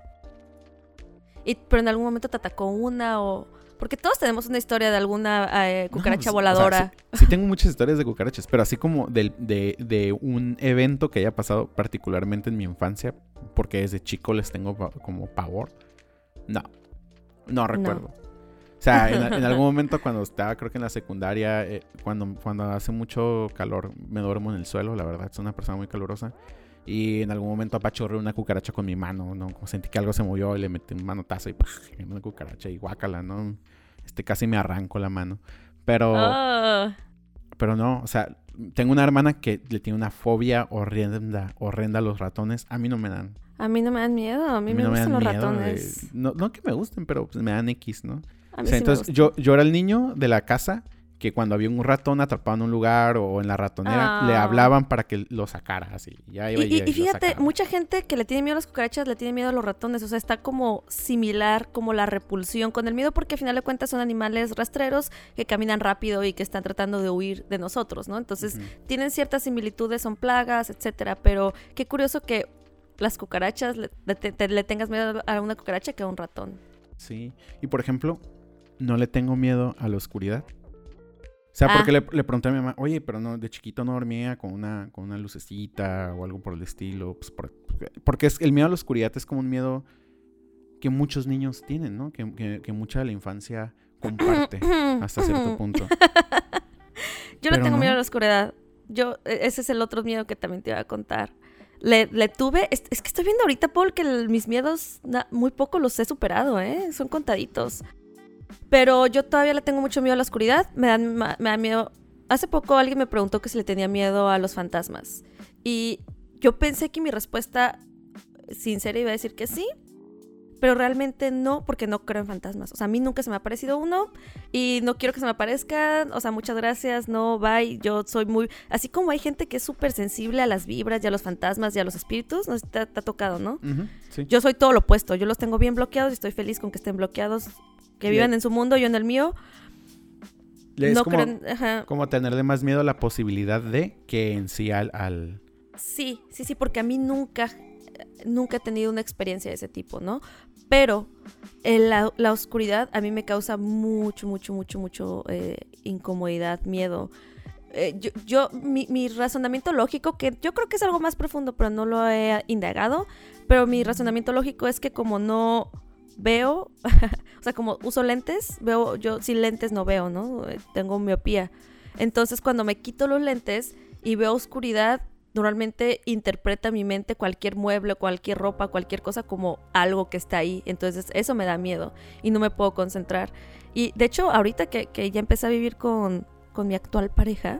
Y, pero en algún momento te atacó una o... Porque todos tenemos una historia de alguna eh, cucaracha no, voladora. O sea, sí, sí tengo muchas historias de cucarachas, pero así como de, de, de un evento que haya pasado particularmente en mi infancia, porque desde chico les tengo pa- como pavor. No, no recuerdo. No. O sea, en, en algún momento cuando estaba, creo que en la secundaria, eh, cuando, cuando hace mucho calor, me duermo en el suelo, la verdad, soy una persona muy calurosa. Y en algún momento apachurré una cucaracha con mi mano, ¿no? Como sentí que algo se movió y le metí un manotazo y ¡pah! En una cucaracha y guácala, ¿no? Este, casi me arranco la mano. Pero... Oh. Pero no, o sea, tengo una hermana que le tiene una fobia horrenda, horrenda a los ratones. A mí no me dan. A mí no me dan miedo, a mí, a mí me no gustan me los miedo, ratones. Eh, no, no que me gusten, pero pues me dan X, ¿no? A mí o sea, sí entonces me yo, yo era el niño de la casa que cuando había un ratón atrapado en un lugar o en la ratonera, ah. le hablaban para que lo sacara así. Ya iba y, y, y, y fíjate, mucha gente que le tiene miedo a las cucarachas le tiene miedo a los ratones. O sea, está como similar como la repulsión con el miedo porque al final de cuentas son animales rastreros que caminan rápido y que están tratando de huir de nosotros, ¿no? Entonces, uh-huh. tienen ciertas similitudes, son plagas, etcétera. Pero qué curioso que las cucarachas le, te, te, le tengas miedo a una cucaracha que a un ratón. Sí. Y por ejemplo, no le tengo miedo a la oscuridad. O sea, porque ah. le, le pregunté a mi mamá, oye, pero no, de chiquito no dormía con una, con una lucecita o algo por el estilo. Pues por, porque es, el miedo a la oscuridad es como un miedo que muchos niños tienen, ¿no? Que, que, que mucha de la infancia comparte hasta cierto punto. Yo no tengo no. miedo a la oscuridad. Yo, ese es el otro miedo que también te iba a contar. Le, le tuve, es, es que estoy viendo ahorita, Paul, que el, mis miedos na, muy poco los he superado, ¿eh? Son contaditos. Pero yo todavía le tengo mucho miedo a la oscuridad. Me dan, me da miedo. Hace poco alguien me preguntó que si le tenía miedo a los fantasmas. Y yo pensé que mi respuesta sincera iba a decir que sí. Pero realmente no, porque no creo en fantasmas. O sea, a mí nunca se me ha aparecido uno. Y no quiero que se me aparezcan. O sea, muchas gracias, no, bye. Yo soy muy... Así como hay gente que es súper sensible a las vibras y a los fantasmas y a los espíritus. No sé si te, te ha tocado, ¿no? Uh-huh, sí. Yo soy todo lo opuesto. Yo los tengo bien bloqueados y estoy feliz con que estén bloqueados. Que vivan Le... en su mundo, yo en el mío. Es no como, creen, como tenerle más miedo a la posibilidad de que en sí al, al... Sí, sí, sí, porque a mí nunca, nunca he tenido una experiencia de ese tipo, ¿no? Pero en la, la oscuridad a mí me causa mucho, mucho, mucho, mucho eh, incomodidad, miedo. Eh, yo, yo mi, mi razonamiento lógico, que yo creo que es algo más profundo, pero no lo he indagado, pero mi razonamiento lógico es que como no... veo, o sea, como uso lentes, veo, yo sin lentes no veo, ¿no? Tengo miopía. Entonces, cuando me quito los lentes y veo oscuridad, normalmente interpreta mi mente cualquier mueble, cualquier ropa, cualquier cosa como algo que está ahí. Entonces, eso me da miedo y no me puedo concentrar. Y, de hecho, ahorita que, que ya empecé a vivir con, con mi actual pareja,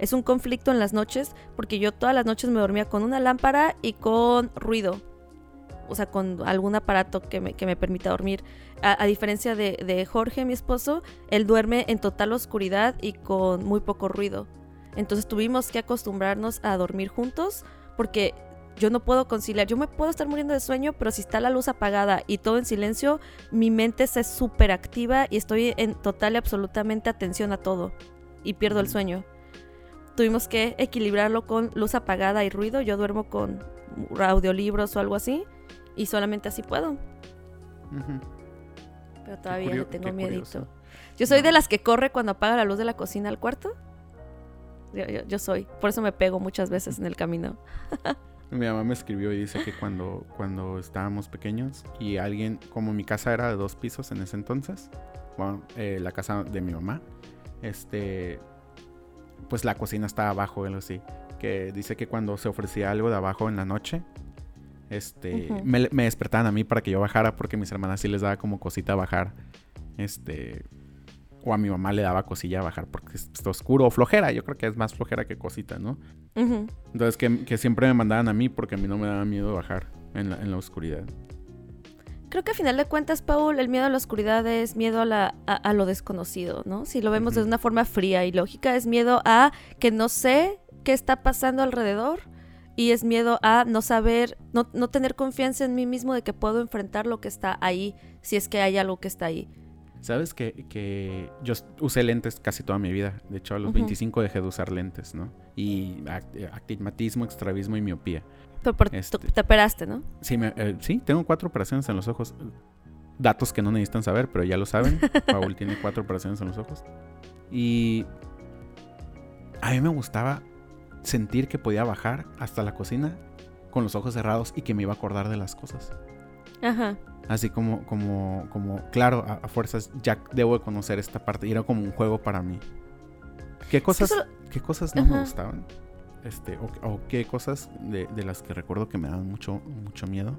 es un conflicto en las noches, porque yo todas las noches me dormía con una lámpara y con ruido. O sea, con algún aparato que me, que me permita dormir. A, a diferencia de, de Jorge, mi esposo, él duerme en total oscuridad y con muy poco ruido. Entonces tuvimos que acostumbrarnos a dormir juntos, porque yo no puedo conciliar. Yo me puedo estar muriendo de sueño, pero si está la luz apagada y todo en silencio, mi mente se súper activa y estoy en total y absolutamente atención a todo. Y pierdo el sueño. Tuvimos que equilibrarlo con luz apagada y ruido. Yo duermo con audiolibros o algo así. Y solamente así puedo. Uh-huh. Pero todavía curio- le tengo qué miedito. curioso. Yo soy No. de las que corre cuando apaga la luz de la cocina al cuarto. Yo, yo, yo soy. Por eso me pego muchas veces en el camino. Mi mamá me escribió y dice que cuando, cuando estábamos pequeños y alguien, como mi casa era de dos pisos en ese entonces, bueno, eh, la casa de mi mamá, este, pues la cocina estaba abajo, algo así, que dice que cuando se ofrecía algo de abajo en la noche, este, Ujú. me, me despertaban a mí para que yo bajara porque a mis hermanas sí les daba como cosita bajar, este, o a mi mamá le daba cosilla bajar porque está oscuro o flojera, yo creo que es más flojera que cosita, ¿no? Uh-huh. Entonces que, que siempre me mandaban a mí porque a mí no me daba miedo bajar en la, en la oscuridad. Creo que a final de cuentas, Paul, el miedo a la oscuridad es miedo a, la, a, a lo desconocido, ¿no? Si lo vemos Ujú. de una forma fría y lógica, es miedo a que no sé qué está pasando alrededor y es miedo a no saber, no, no tener confianza en mí mismo de que puedo enfrentar lo que está ahí, si es que hay algo que está ahí. ¿Sabes que, que yo usé lentes casi toda mi vida? De hecho, a los Ujú. veinticinco dejé de usar lentes, ¿no? Y act- astigmatismo, estrabismo y miopía. Pero por, Este. tú- te operaste, ¿no? Sí, me- eh, sí, tengo cuatro operaciones en los ojos. Datos que no necesitan saber, pero ya lo saben. Paul tiene cuatro operaciones en los ojos. Y a mí me gustaba sentir que podía bajar hasta la cocina con los ojos cerrados y que me iba a acordar de las cosas. Ajá. Así como, como, como, claro, a, a fuerzas ya debo de conocer esta parte. Y era como un juego para mí. ¿Qué cosas, eso- ¿qué cosas no Ajá. me gustaban? Este, o, o qué cosas de, de las que recuerdo que me daban mucho, mucho miedo.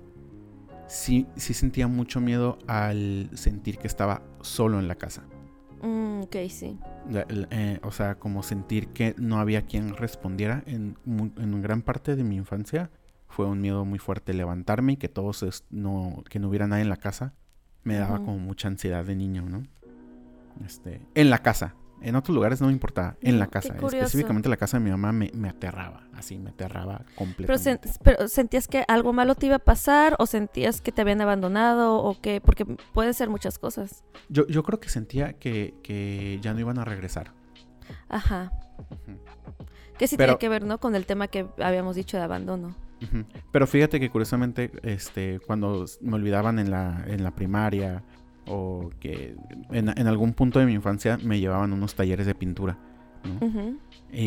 Sí, sí sentía mucho miedo al sentir que estaba solo en la casa. Mm, ok, sí. La- la- eh, o sea, como sentir que no había quien respondiera. En, mu- en gran parte de mi infancia fue un miedo muy fuerte levantarme y que todos es- no, que no hubiera nadie en la casa. Me daba Ujú. como mucha ansiedad de niño, ¿no? Este, en la casa. En otros lugares no me importaba. En la Mm, qué casa. curioso. Específicamente la casa de mi mamá me, me aterraba. Así, me aterraba Pero, completamente. sen- pero ¿sentías que algo malo te iba a pasar o sentías que te habían abandonado o que? Porque pueden ser muchas cosas. Yo, yo creo que sentía que, que ya no iban a regresar. Ajá. Ujú. Que sí Pero- tiene que ver, ¿no? Con el tema que habíamos dicho de abandono. Ujú. Pero fíjate que curiosamente, este, cuando s- me olvidaban en la, en la primaria o que en, en algún punto de mi infancia me llevaban a unos talleres de pintura, ¿no? Ujú.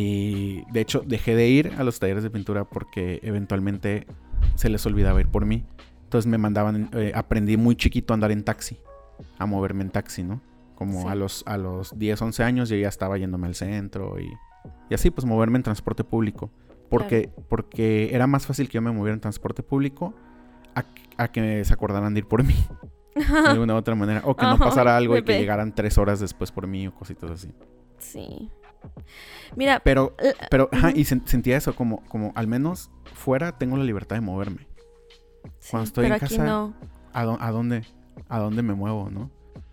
Y de hecho dejé de ir a los talleres de pintura porque eventualmente se les olvidaba ir por mí. Entonces me mandaban, eh, aprendí muy chiquito a andar en taxi, a moverme en taxi, ¿no? Como Sí. a los a los diez, once años yo ya estaba yéndome al centro y, y así pues moverme en transporte público. Porque, porque era más fácil que yo me moviera en transporte público a, a que se acordaran de ir por mí de alguna u otra manera. O que no Ajá, pasara algo y que bebé. llegaran tres horas después por mí o cositas así. Sí. Mira, Pero, eh, pero, ajá, ujú. y sen- sentía eso como, como al menos fuera tengo la libertad de moverme. sí, cuando estoy pero en aquí casa- no. ¿A, dó- a dónde, a dónde me muevo, no?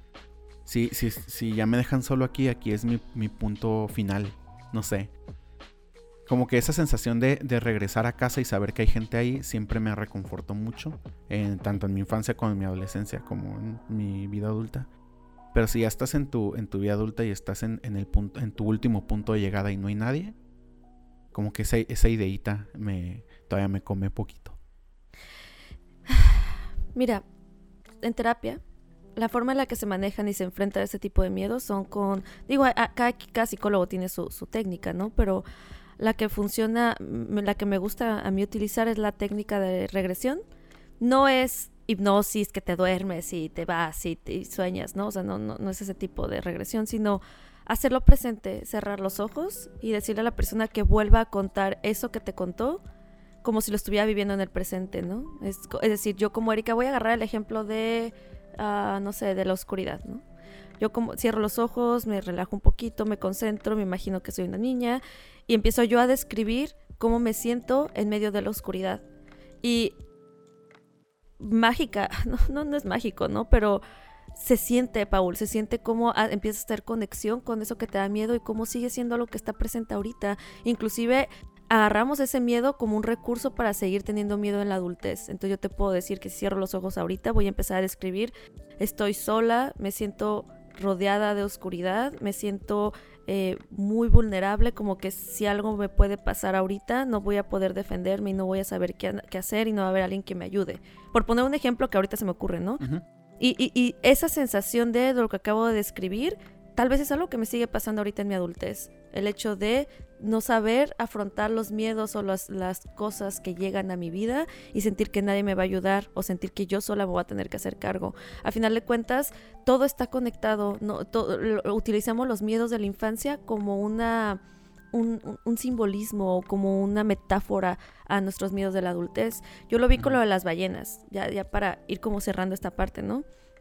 Si, si, si ya me dejan solo aquí, aquí es mi, mi punto final. No sé. Como que esa sensación de, de regresar a casa y saber que hay gente ahí siempre me reconfortó mucho. En, tanto en mi infancia como en mi adolescencia, como en mi vida adulta. Pero si ya estás en tu, en tu vida adulta y estás en, en, el punto, en tu último punto de llegada y no hay nadie, como que esa, esa ideita me, todavía me come poquito. Mira, en terapia, la forma en la que se manejan y se enfrentan a ese tipo de miedos son con... Digo, a- a- cada, cada psicólogo tiene su, su técnica, ¿no? Pero la que funciona, mm, la que me gusta a mí utilizar es la técnica de regresión. No es hipnosis que te duermes y te vas y, te, y sueñas, ¿no? O sea, no, no, no es ese tipo de regresión, sino hacerlo presente, cerrar los ojos y decirle a la persona que vuelva a contar eso que te contó como si lo estuviera viviendo en el presente, ¿no? Es, co- es decir, yo como Erika voy a agarrar el ejemplo de, ah, no sé, de la oscuridad, ¿no? Yo como cierro los ojos, me relajo un poquito, me concentro, me imagino que soy una niña y empiezo yo a describir cómo me siento en medio de la oscuridad. Y mágica, no, no, no es mágico, ¿no? Pero se siente, Paul, se siente cómo a, empiezas a hacer conexión con eso que te da miedo y cómo sigue siendo lo que está presente ahorita. Inclusive agarramos ese miedo como un recurso para seguir teniendo miedo en la adultez. Entonces yo te puedo decir que si cierro los ojos ahorita voy a empezar a describir, estoy sola, me siento rodeada de oscuridad, me siento eh, muy vulnerable, como que si algo me puede pasar ahorita no voy a poder defenderme y no voy a saber qué, qué hacer y no va a haber alguien que me ayude. Por poner un ejemplo que ahorita se me ocurre, ¿no? Uh-huh. Y, y, y esa sensación de, de lo que acabo de describir, tal vez es algo que me sigue pasando ahorita en mi adultez. El hecho de no saber afrontar los miedos o las, las cosas que llegan a mi vida y sentir que nadie me va a ayudar o sentir que yo sola me voy a tener que hacer cargo. A final de cuentas, todo está conectado. No, todo, lo, utilizamos los miedos de la infancia como una, un, un, un simbolismo o como una metáfora a nuestros miedos de la adultez. Yo lo vi con lo de las ballenas, ya, ya para ir como cerrando esta parte, ¿no?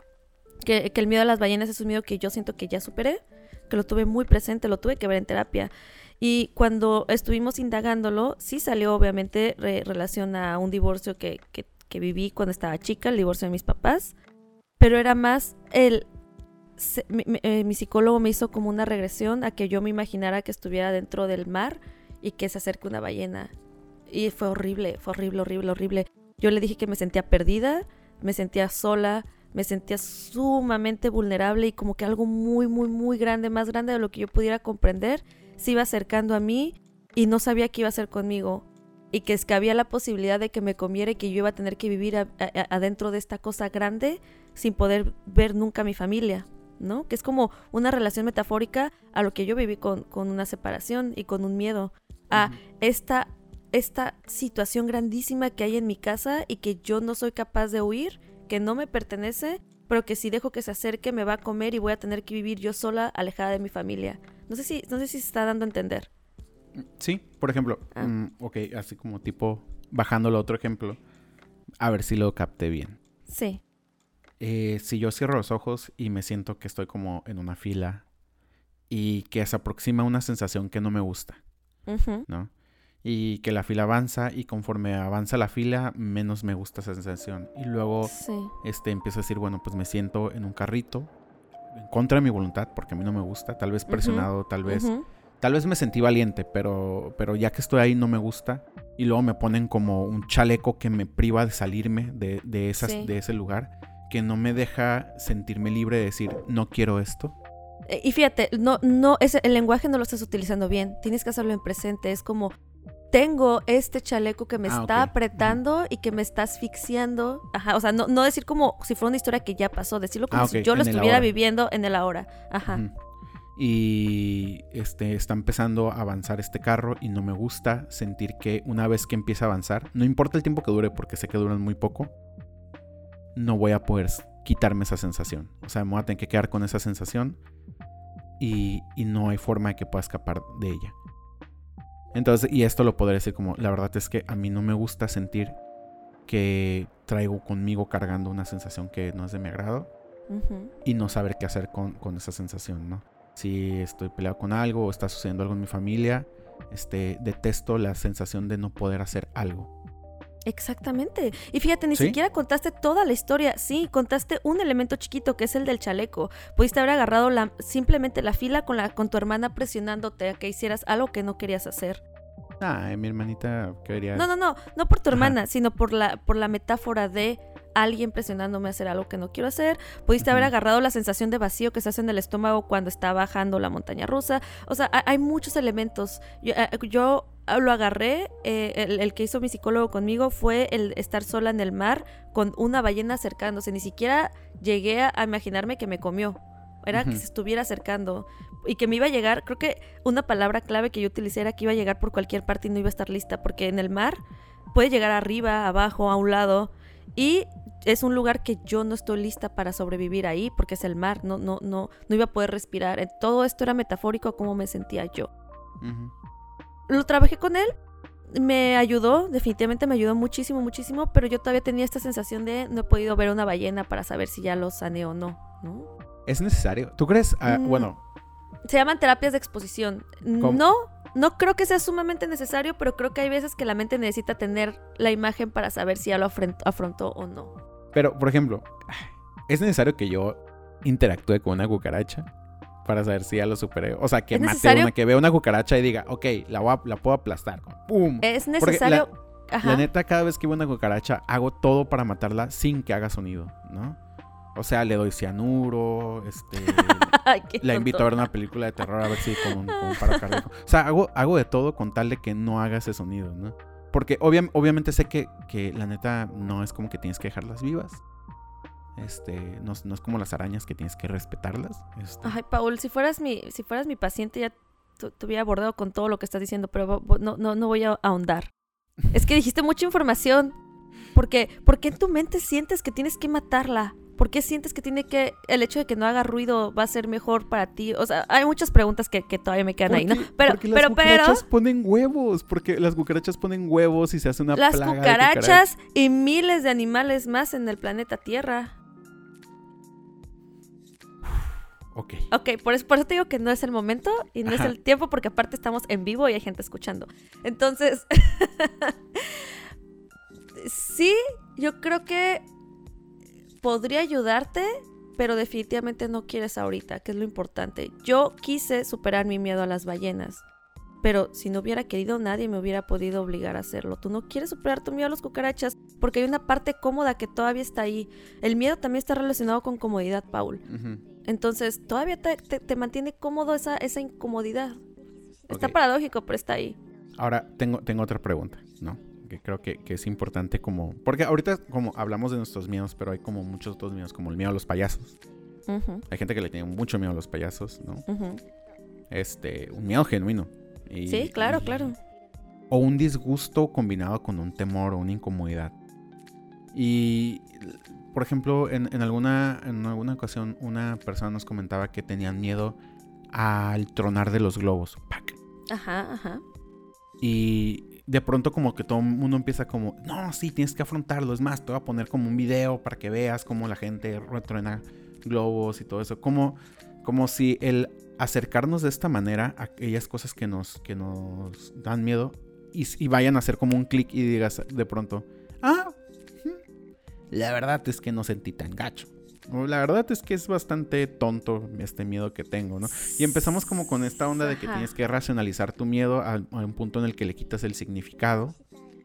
Que, que el miedo a las ballenas es un miedo que yo siento que ya superé, que lo tuve muy presente, lo tuve que ver en terapia. Y cuando estuvimos indagándolo, sí salió obviamente re- relación a un divorcio que, que, que viví cuando estaba chica, el divorcio de mis papás. Pero era más el... Se, mi, mi, eh, mi psicólogo me hizo como una regresión a que yo me imaginara que estuviera dentro del mar y que se acerque una ballena. Y fue horrible, fue horrible, horrible, horrible. Yo le dije que me sentía perdida, me sentía sola, me sentía sumamente vulnerable y como que algo muy, muy, muy grande, más grande de lo que yo pudiera comprender, se iba acercando a mí y no sabía qué iba a hacer conmigo. Y que es que había la posibilidad de que me comiera y que yo iba a tener que vivir a, a, adentro de esta cosa grande sin poder ver nunca a mi familia, ¿no? Que es como una relación metafórica a lo que yo viví con, con una separación y con un miedo. A esta, esta situación grandísima que hay en mi casa y que yo no soy capaz de huir, que no me pertenece, pero que si dejo que se acerque me va a comer y voy a tener que vivir yo sola, alejada de mi familia. No sé si, no sé si se está dando a entender. Sí, por ejemplo, ah. um, ok, así como tipo bajándolo a otro ejemplo, a ver si lo capté bien. Sí. Eh, si yo cierro los ojos y me siento que estoy como en una fila y que se aproxima una sensación que no me gusta, uh-huh. ¿no? Y que la fila avanza y conforme avanza la fila, menos me gusta esa sensación. Y luego sí. este, empiezo a decir, bueno, pues me siento en un carrito, en contra de mi voluntad, porque a mí no me gusta, tal vez presionado, uh-huh. tal vez... Uh-huh. Tal vez me sentí valiente, pero, pero ya que estoy ahí no me gusta. Y luego me ponen como un chaleco que me priva de salirme de, de, esas, sí. de ese lugar, que no me deja sentirme libre de decir, no quiero esto. Y fíjate, no, no, ese, el lenguaje no lo estás utilizando bien. Tienes que hacerlo en presente. Es como, tengo este chaleco que me ah, está okay. apretando uh-huh. y que me está asfixiando. Ajá, o sea, no, no decir como si fuera una historia que ya pasó. Decirlo como ah, okay. si yo en lo estuviera viviendo en el ahora. Ajá. Uh-huh. Y este está empezando a avanzar este carro y no me gusta sentir que una vez que empieza a avanzar, no importa el tiempo que dure porque sé que duran muy poco, no voy a poder quitarme esa sensación. O sea, me voy a tener que quedar con esa sensación y, y no hay forma de que pueda escapar de ella. Entonces, y esto lo podré decir como, la verdad es que a mí no me gusta sentir que traigo conmigo cargando una sensación que no es de mi agrado uh-huh. y no saber qué hacer con, con esa sensación, ¿no? Si estoy peleado con algo o está sucediendo algo en mi familia, este, detesto la sensación de no poder hacer algo. Exactamente. Y fíjate, ni ¿Sí? siquiera contaste toda la historia. Sí, contaste un elemento chiquito que es el del chaleco. Pudiste haber agarrado la, simplemente la fila con, la, con tu hermana presionándote a que hicieras algo que no querías hacer. Ah, mi hermanita quería... No, no, no, no por tu hermana, Ajá. sino por la, por la metáfora de alguien presionándome a hacer algo que no quiero hacer. Pudiste uh-huh. haber agarrado la sensación de vacío que se hace en el estómago cuando está bajando la montaña rusa. O sea, hay muchos elementos. Yo, yo lo agarré, eh, el, el que hizo mi psicólogo conmigo fue el estar sola en el mar con una ballena acercándose. Ni siquiera llegué a, a imaginarme que me comió. Era uh-huh. que se estuviera acercando y que me iba a llegar. Creo que una palabra clave que yo utilicé era que iba a llegar por cualquier parte y no iba a estar lista, porque en el mar puede llegar arriba, abajo, a un lado, y es un lugar que yo no estoy lista para sobrevivir ahí, porque es el mar, no, no, no, no iba a poder respirar. Todo esto era metafórico a cómo me sentía yo. Uh-huh. Lo trabajé con él, me ayudó, definitivamente me ayudó muchísimo, muchísimo, pero yo todavía tenía esta sensación de no he podido ver una ballena para saber si ya lo sané o no, ¿no? ¿Es necesario? ¿Tú crees? Uh, Mm, bueno, Se llaman terapias de exposición. ¿Cómo? No, no creo que sea sumamente necesario, pero creo que hay veces que la mente necesita tener la imagen para saber si ya lo afront- afrontó o no. pero por ejemplo, ¿es necesario que yo interactúe con una cucaracha para saber si ya lo superé? O sea, que ¿Es mate necesario? una, que vea una cucaracha y diga, ok, la, voy a- la puedo aplastar. ¡Pum! Es Porque necesario... La, Ajá. la neta, cada vez que veo una cucaracha, hago todo para matarla sin que haga sonido, ¿no? O sea, le doy cianuro, este... Ay, qué La invito a tonto. ver una película de terror a ver si con un, con un paro cardíaco. O sea, hago, hago de todo con tal de que no haga ese sonido, ¿no? Porque obvia- obviamente sé que, que la neta no es como que tienes que dejarlas vivas. Este, no, es- no es como las arañas que tienes que respetarlas. Este, Ay, Paul, si fueras mi, si fueras mi paciente ya te, te hubiera abordado con todo lo que estás diciendo, pero vo- vo- no, no, no voy a ahondar. Es que dijiste mucha información. Porque, ¿por qué en tu mente sientes que tienes que matarla? ¿Por qué sientes que tiene que el hecho de que no haga ruido va a ser mejor para ti? O sea, hay muchas preguntas que, que todavía me quedan ahí, ¿no? porque- Pero, porque las pero, pero, cucarachas ponen huevos. Porque las cucarachas ponen huevos y se hace una las plaga de cucarachas y miles de animales más en el planeta Tierra. Ok. Ok, por eso, por eso te digo que no es el momento y no Ajá. es el tiempo, porque aparte estamos en vivo y hay gente escuchando. Entonces, sí, yo creo que podría ayudarte, pero definitivamente no quieres ahorita, que es lo importante. Yo quise superar mi miedo a las ballenas, pero si no hubiera querido, nadie me hubiera podido obligar a hacerlo. Tú no quieres superar tu miedo a las cucarachas porque hay una parte cómoda que todavía está ahí. El miedo también está relacionado con comodidad, Paul. Ujú. Entonces, todavía te, te- te mantiene cómodo esa, esa incomodidad. Está Ok. paradójico, pero está ahí. Ahora, tengo, tengo otra pregunta, ¿no? Que creo que, que es importante como... Porque ahorita como hablamos de nuestros miedos, pero hay como muchos otros miedos, como el miedo a los payasos. Ujú, Hay gente que le tiene mucho miedo a los payasos, ¿no? ujú. Este, un miedo genuino. Y- Sí, claro, y- claro. O un disgusto combinado con un temor o una incomodidad. Y, por ejemplo, en, en alguna, en alguna ocasión una persona nos comentaba que tenían miedo al tronar de los globos. ¡Pac! Ajá, ajá. Y de pronto como que todo el mundo empieza como, no, sí, tienes que afrontarlo. Es más, te voy a poner como un video para que veas cómo la gente truena globos y todo eso. Como, como si el acercarnos de esta manera a aquellas cosas que nos, que nos dan miedo y, y vayan a hacer como un clic y digas de pronto, ah, la verdad es que no sentí tan gacho. O la verdad es que es bastante tonto este miedo que tengo, ¿no? Y empezamos como con esta onda de que Ajá. tienes que racionalizar tu miedo a, a un punto en el que le quitas el significado,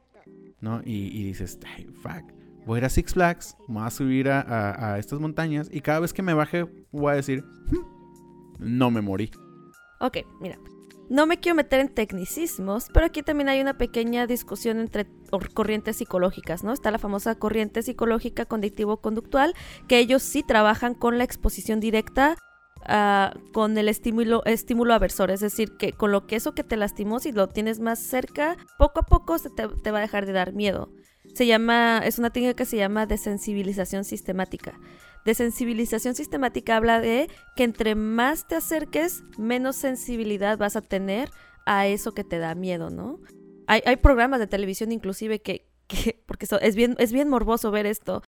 ¿no? Y, y dices, ay, fuck, voy a ir a Six Flags, me voy a subir a, a, a estas montañas y cada vez que me baje voy a decir, "Hmm, no me morí". Ok, mira. No me quiero meter en tecnicismos, pero aquí también hay una pequeña discusión entre or- corrientes psicológicas, ¿no? Está la famosa corriente psicológica cognitivo-conductual, que ellos sí trabajan con la exposición directa ah, con el estímulo, estímulo aversor, es decir, que con lo que eso que te lastimó, si lo tienes más cerca, poco a poco se te, te va a dejar de dar miedo. Se llama, es una técnica que se llama desensibilización sistemática. Desensibilización sistemática habla de que entre más te acerques, menos sensibilidad vas a tener a eso que te da miedo, ¿no? Hay, hay programas de televisión inclusive que, que porque so- es, bien, es bien morboso ver esto,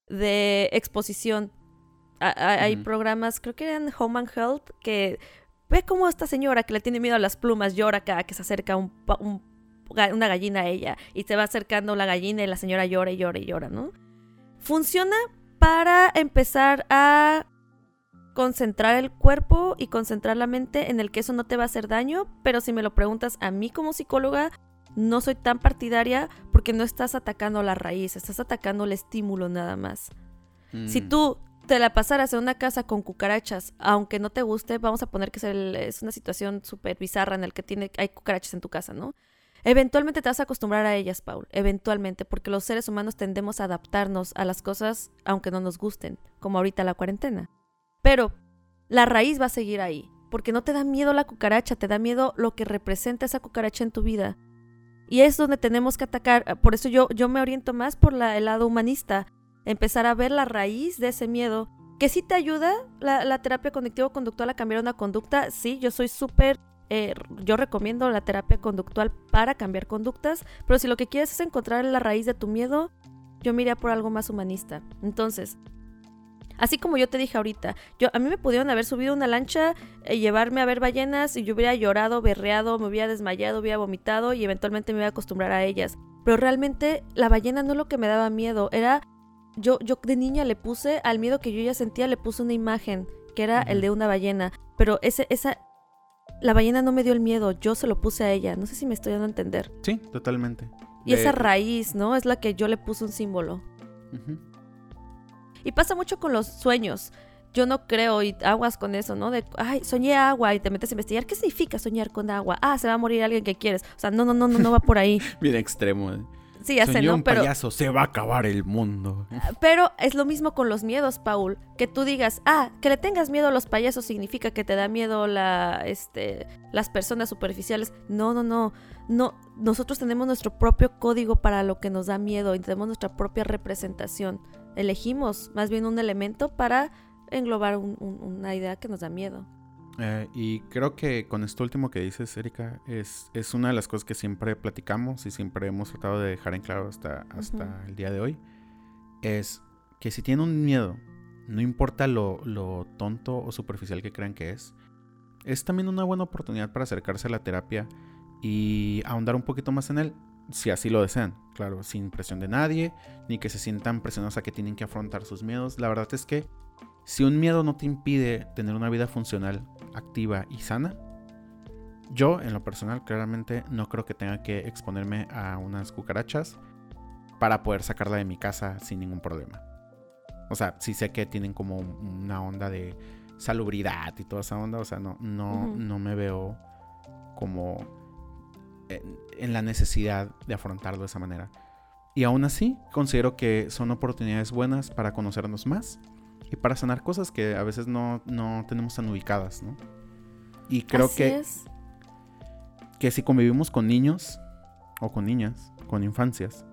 de exposición. A- a- Hay Ujú. programas, creo que eran Home and Health, que ve cómo esta señora que le tiene miedo a las plumas llora cada que se acerca un, pa- un ga- una gallina a ella y se va acercando la gallina y la señora llora y llora y llora, ¿no? Funciona para empezar a concentrar el cuerpo y concentrar la mente en el que eso no te va a hacer daño, pero si me lo preguntas a mí como psicóloga, no soy tan partidaria porque no estás atacando la raíz, estás atacando el estímulo nada más. Mm. Si tú te la pasaras en una casa con cucarachas, aunque no te guste, vamos a poner que es, el- es una situación súper bizarra en la que tiene, hay cucarachas en tu casa, ¿no? Eventualmente te vas a acostumbrar a ellas, Paul, eventualmente, porque los seres humanos tendemos a adaptarnos a las cosas aunque no nos gusten, como ahorita la cuarentena. Pero la raíz va a seguir ahí, porque no te da miedo la cucaracha, te da miedo lo que representa esa cucaracha en tu vida. Y es donde tenemos que atacar, por eso yo, yo me oriento más por la, el lado humanista, empezar a ver la raíz de ese miedo, que sí te ayuda la, la terapia cognitivo-conductual a cambiar una conducta. Sí, yo soy súper, eh, yo recomiendo la terapia conductual para cambiar conductas, pero si lo que quieres es encontrar la raíz de tu miedo, yo me iría por algo más humanista. Entonces, Así como yo te dije ahorita, yo a mí me pudieron haber subido a una lancha, eh, llevarme a ver ballenas y yo hubiera llorado, berreado, me hubiera desmayado, hubiera vomitado y eventualmente me iba a acostumbrar a ellas. Pero realmente la ballena no es lo que me daba miedo, era... Yo, yo de niña le puse, al miedo que yo ya sentía, le puse una imagen, que era uh-huh. el de una ballena. Pero ese, esa... La ballena no me dio el miedo, yo se lo puse a ella. No sé si me estoy dando a entender. Sí, totalmente. Y de... esa raíz, ¿no? Es la que yo le puse un símbolo. Uh-huh. Y pasa mucho con los sueños. Yo no creo, y aguas con eso, ¿no? De, ay, soñé agua y te metes a investigar. ¿Qué significa soñar con agua? Ah, se va a morir alguien que quieres. O sea, no, no, no, no, no va por ahí. Bien extremo, ¿eh? Sí, ya sé, Soñó ¿no? un Pero, payaso, se va a acabar el mundo. Pero es lo mismo con los miedos, Paul. Que tú digas, ah, que le tengas miedo a los payasos significa que te da miedo la, este, las personas superficiales. No, no, no. No, nosotros tenemos nuestro propio código para lo que nos da miedo y tenemos nuestra propia representación. Elegimos más bien un elemento para englobar un, un, una idea que nos da miedo. Eh, y creo que con esto último que dices, Erika, es, es una de las cosas que siempre platicamos y siempre hemos tratado de dejar en claro hasta, hasta uh-huh. el día de hoy. Es que si tienen un miedo, no importa lo, lo tonto o superficial que crean que es, es también una buena oportunidad para acercarse a la terapia y ahondar un poquito más en él, si así lo desean. Claro, sin presión de nadie, ni que se sientan presionados a que tienen que afrontar sus miedos. La verdad es que si un miedo no te impide tener una vida funcional, activa y sana, yo en lo personal claramente no creo que tenga que exponerme a unas cucarachas para poder sacarla de mi casa sin ningún problema. O sea, sí sé que tienen como una onda de salubridad y toda esa onda, o sea, no, no, uh-huh. no me veo como en, en la necesidad de afrontarlo de esa manera. Y aún así, considero que son oportunidades buenas para conocernos más y para sanar cosas que a veces no, no tenemos tan ubicadas, ¿no? Y creo Así que, es. que si convivimos con niños o con niñas, con infancias,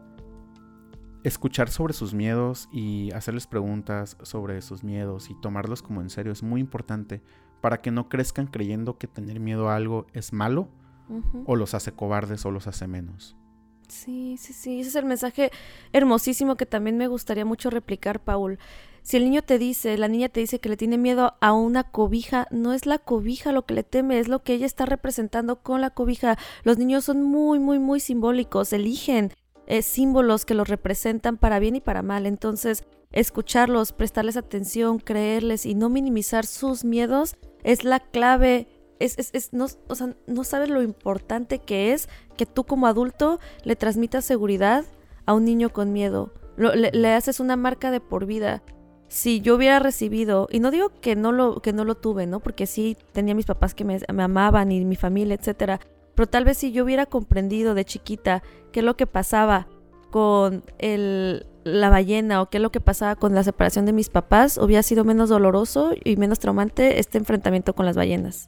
escuchar sobre sus miedos y hacerles preguntas sobre sus miedos y tomarlos como en serio es muy importante para que no crezcan creyendo que tener miedo a algo es malo uh-huh. o los hace cobardes o los hace menos. Sí, sí, sí. Ese es el mensaje hermosísimo que también me gustaría mucho replicar, Paul. Si el niño te dice, la niña te dice que le tiene miedo a una cobija, no es la cobija lo que le teme, es lo que ella está representando con la cobija. Los niños son muy, muy, muy simbólicos, eligen eh, símbolos que los representan para bien y para mal. Entonces, escucharlos, prestarles atención, creerles y no minimizar sus miedos es la clave. Es, es, es, no, o sea, no sabes lo importante que es que tú como adulto le transmitas seguridad a un niño con miedo. Lo, le, le haces una marca de por vida. Si yo hubiera recibido, y no digo que no lo, que no lo tuve, ¿no? Porque sí tenía mis papás que me, me amaban y mi familia, etcétera. Pero tal vez si yo hubiera comprendido de chiquita qué es lo que pasaba con el, la ballena o qué es lo que pasaba con la separación de mis papás, hubiera sido menos doloroso y menos traumante este enfrentamiento con las ballenas.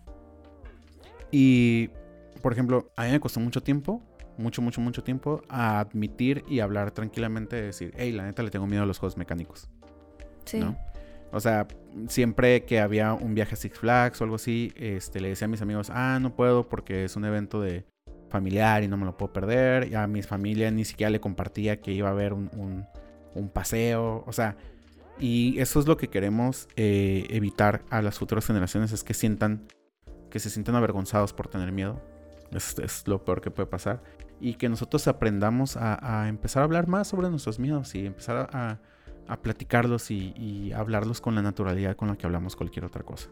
Y, por ejemplo, a mí me costó mucho tiempo, mucho, mucho, mucho tiempo, a admitir y hablar tranquilamente, decir, hey, la neta le tengo miedo a los juegos mecánicos. Sí. ¿No? O sea, siempre que había un viaje a Six Flags o algo así, este, le decía a mis amigos, ah, no puedo porque es un evento de familiar y no me lo puedo perder. Y a mi familia ni siquiera le compartía que iba a haber un, un, un paseo. O sea, y eso es lo que queremos eh, evitar a las futuras generaciones, es que sientan, que se sientan avergonzados por tener miedo. Es, es lo peor que puede pasar. Y que nosotros aprendamos a, a empezar a hablar más sobre nuestros miedos y empezar a... a a platicarlos y, y hablarlos con la naturalidad con la que hablamos cualquier otra cosa.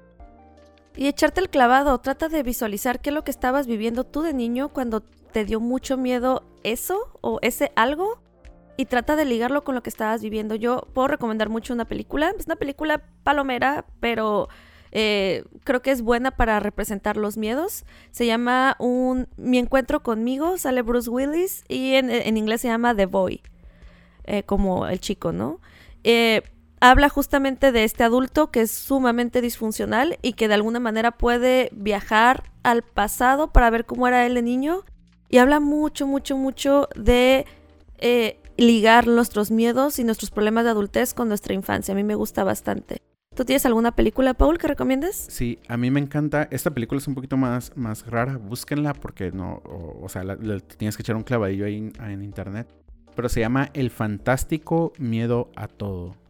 Y echarte el clavado, trata de visualizar qué es lo que estabas viviendo tú de niño cuando te dio mucho miedo eso o ese algo y trata de ligarlo con lo que estabas viviendo. Yo puedo recomendar mucho una película, es una película palomera, pero eh, creo que es buena para representar los miedos. Se llama un Mi encuentro conmigo, sale Bruce Willis y en, en inglés se llama The Boy. Eh, como el chico, ¿no? Eh, habla justamente de este adulto que es sumamente disfuncional y que de alguna manera puede viajar al pasado para ver cómo era él de niño. Y habla mucho, mucho, mucho de eh, ligar nuestros miedos y nuestros problemas de adultez con nuestra infancia. A mí me gusta bastante. ¿Tú tienes alguna película, Paul, que recomiendes? Sí, a mí me encanta. Esta película es un poquito más, más rara. Búsquenla porque no... O, o sea, la, la, tienes que echar un clavadillo ahí en, en internet. Pero se llama El fantástico miedo a todo.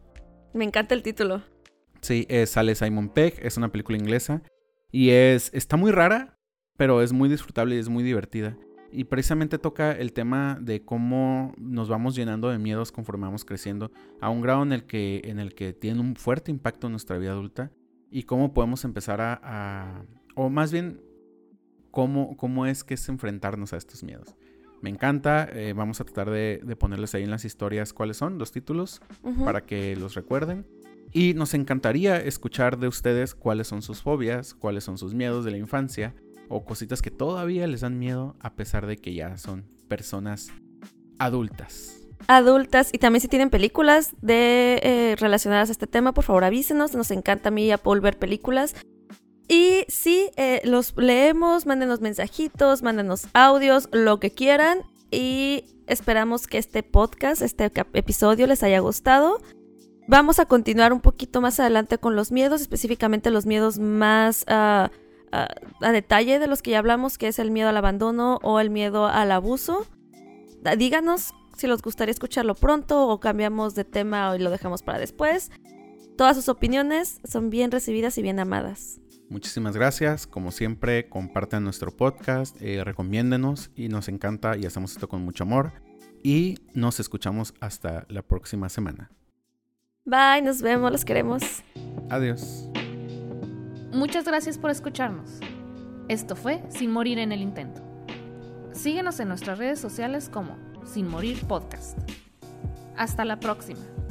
Me encanta el título. Sí, eh, sale Simon Pegg, es una película inglesa y es está muy rara, pero es muy disfrutable y es muy divertida. Y precisamente toca el tema de cómo nos vamos llenando de miedos conforme vamos creciendo, a un grado en el que, en el que tiene un fuerte impacto en nuestra vida adulta, y cómo podemos empezar a, a o más bien, cómo, cómo es que es enfrentarnos a estos miedos. Me encanta, eh, vamos a tratar de, de ponerles ahí en las historias cuáles son los títulos, uh-huh, para que los recuerden. Y nos encantaría escuchar de ustedes cuáles son sus fobias, cuáles son sus miedos de la infancia, o cositas que todavía les dan miedo a pesar de que ya son personas adultas. Adultas, y también si tienen películas de eh, relacionadas a este tema, por favor avísenos, nos encanta a mí y a Paul ver películas. Y sí, eh, los leemos, mándenos mensajitos, mándenos audios, lo que quieran, y esperamos que este podcast, este cap- episodio les haya gustado. Vamos a continuar un poquito más adelante con los miedos, específicamente los miedos más uh, uh, a detalle de los que ya hablamos, que es el miedo al abandono o el miedo al abuso. Díganos si les gustaría escucharlo pronto o cambiamos de tema y lo dejamos para después. Todas sus opiniones son bien recibidas y bien amadas. Muchísimas gracias. Como siempre, compartan nuestro podcast, eh, recomiéndenos, y nos encanta y hacemos esto con mucho amor. Y nos escuchamos hasta la próxima semana. Bye, nos vemos, los queremos. Adiós. Muchas gracias por escucharnos. Esto fue Sin Morir en el Intento. Síguenos en nuestras redes sociales como Sin Morir Podcast. Hasta la próxima.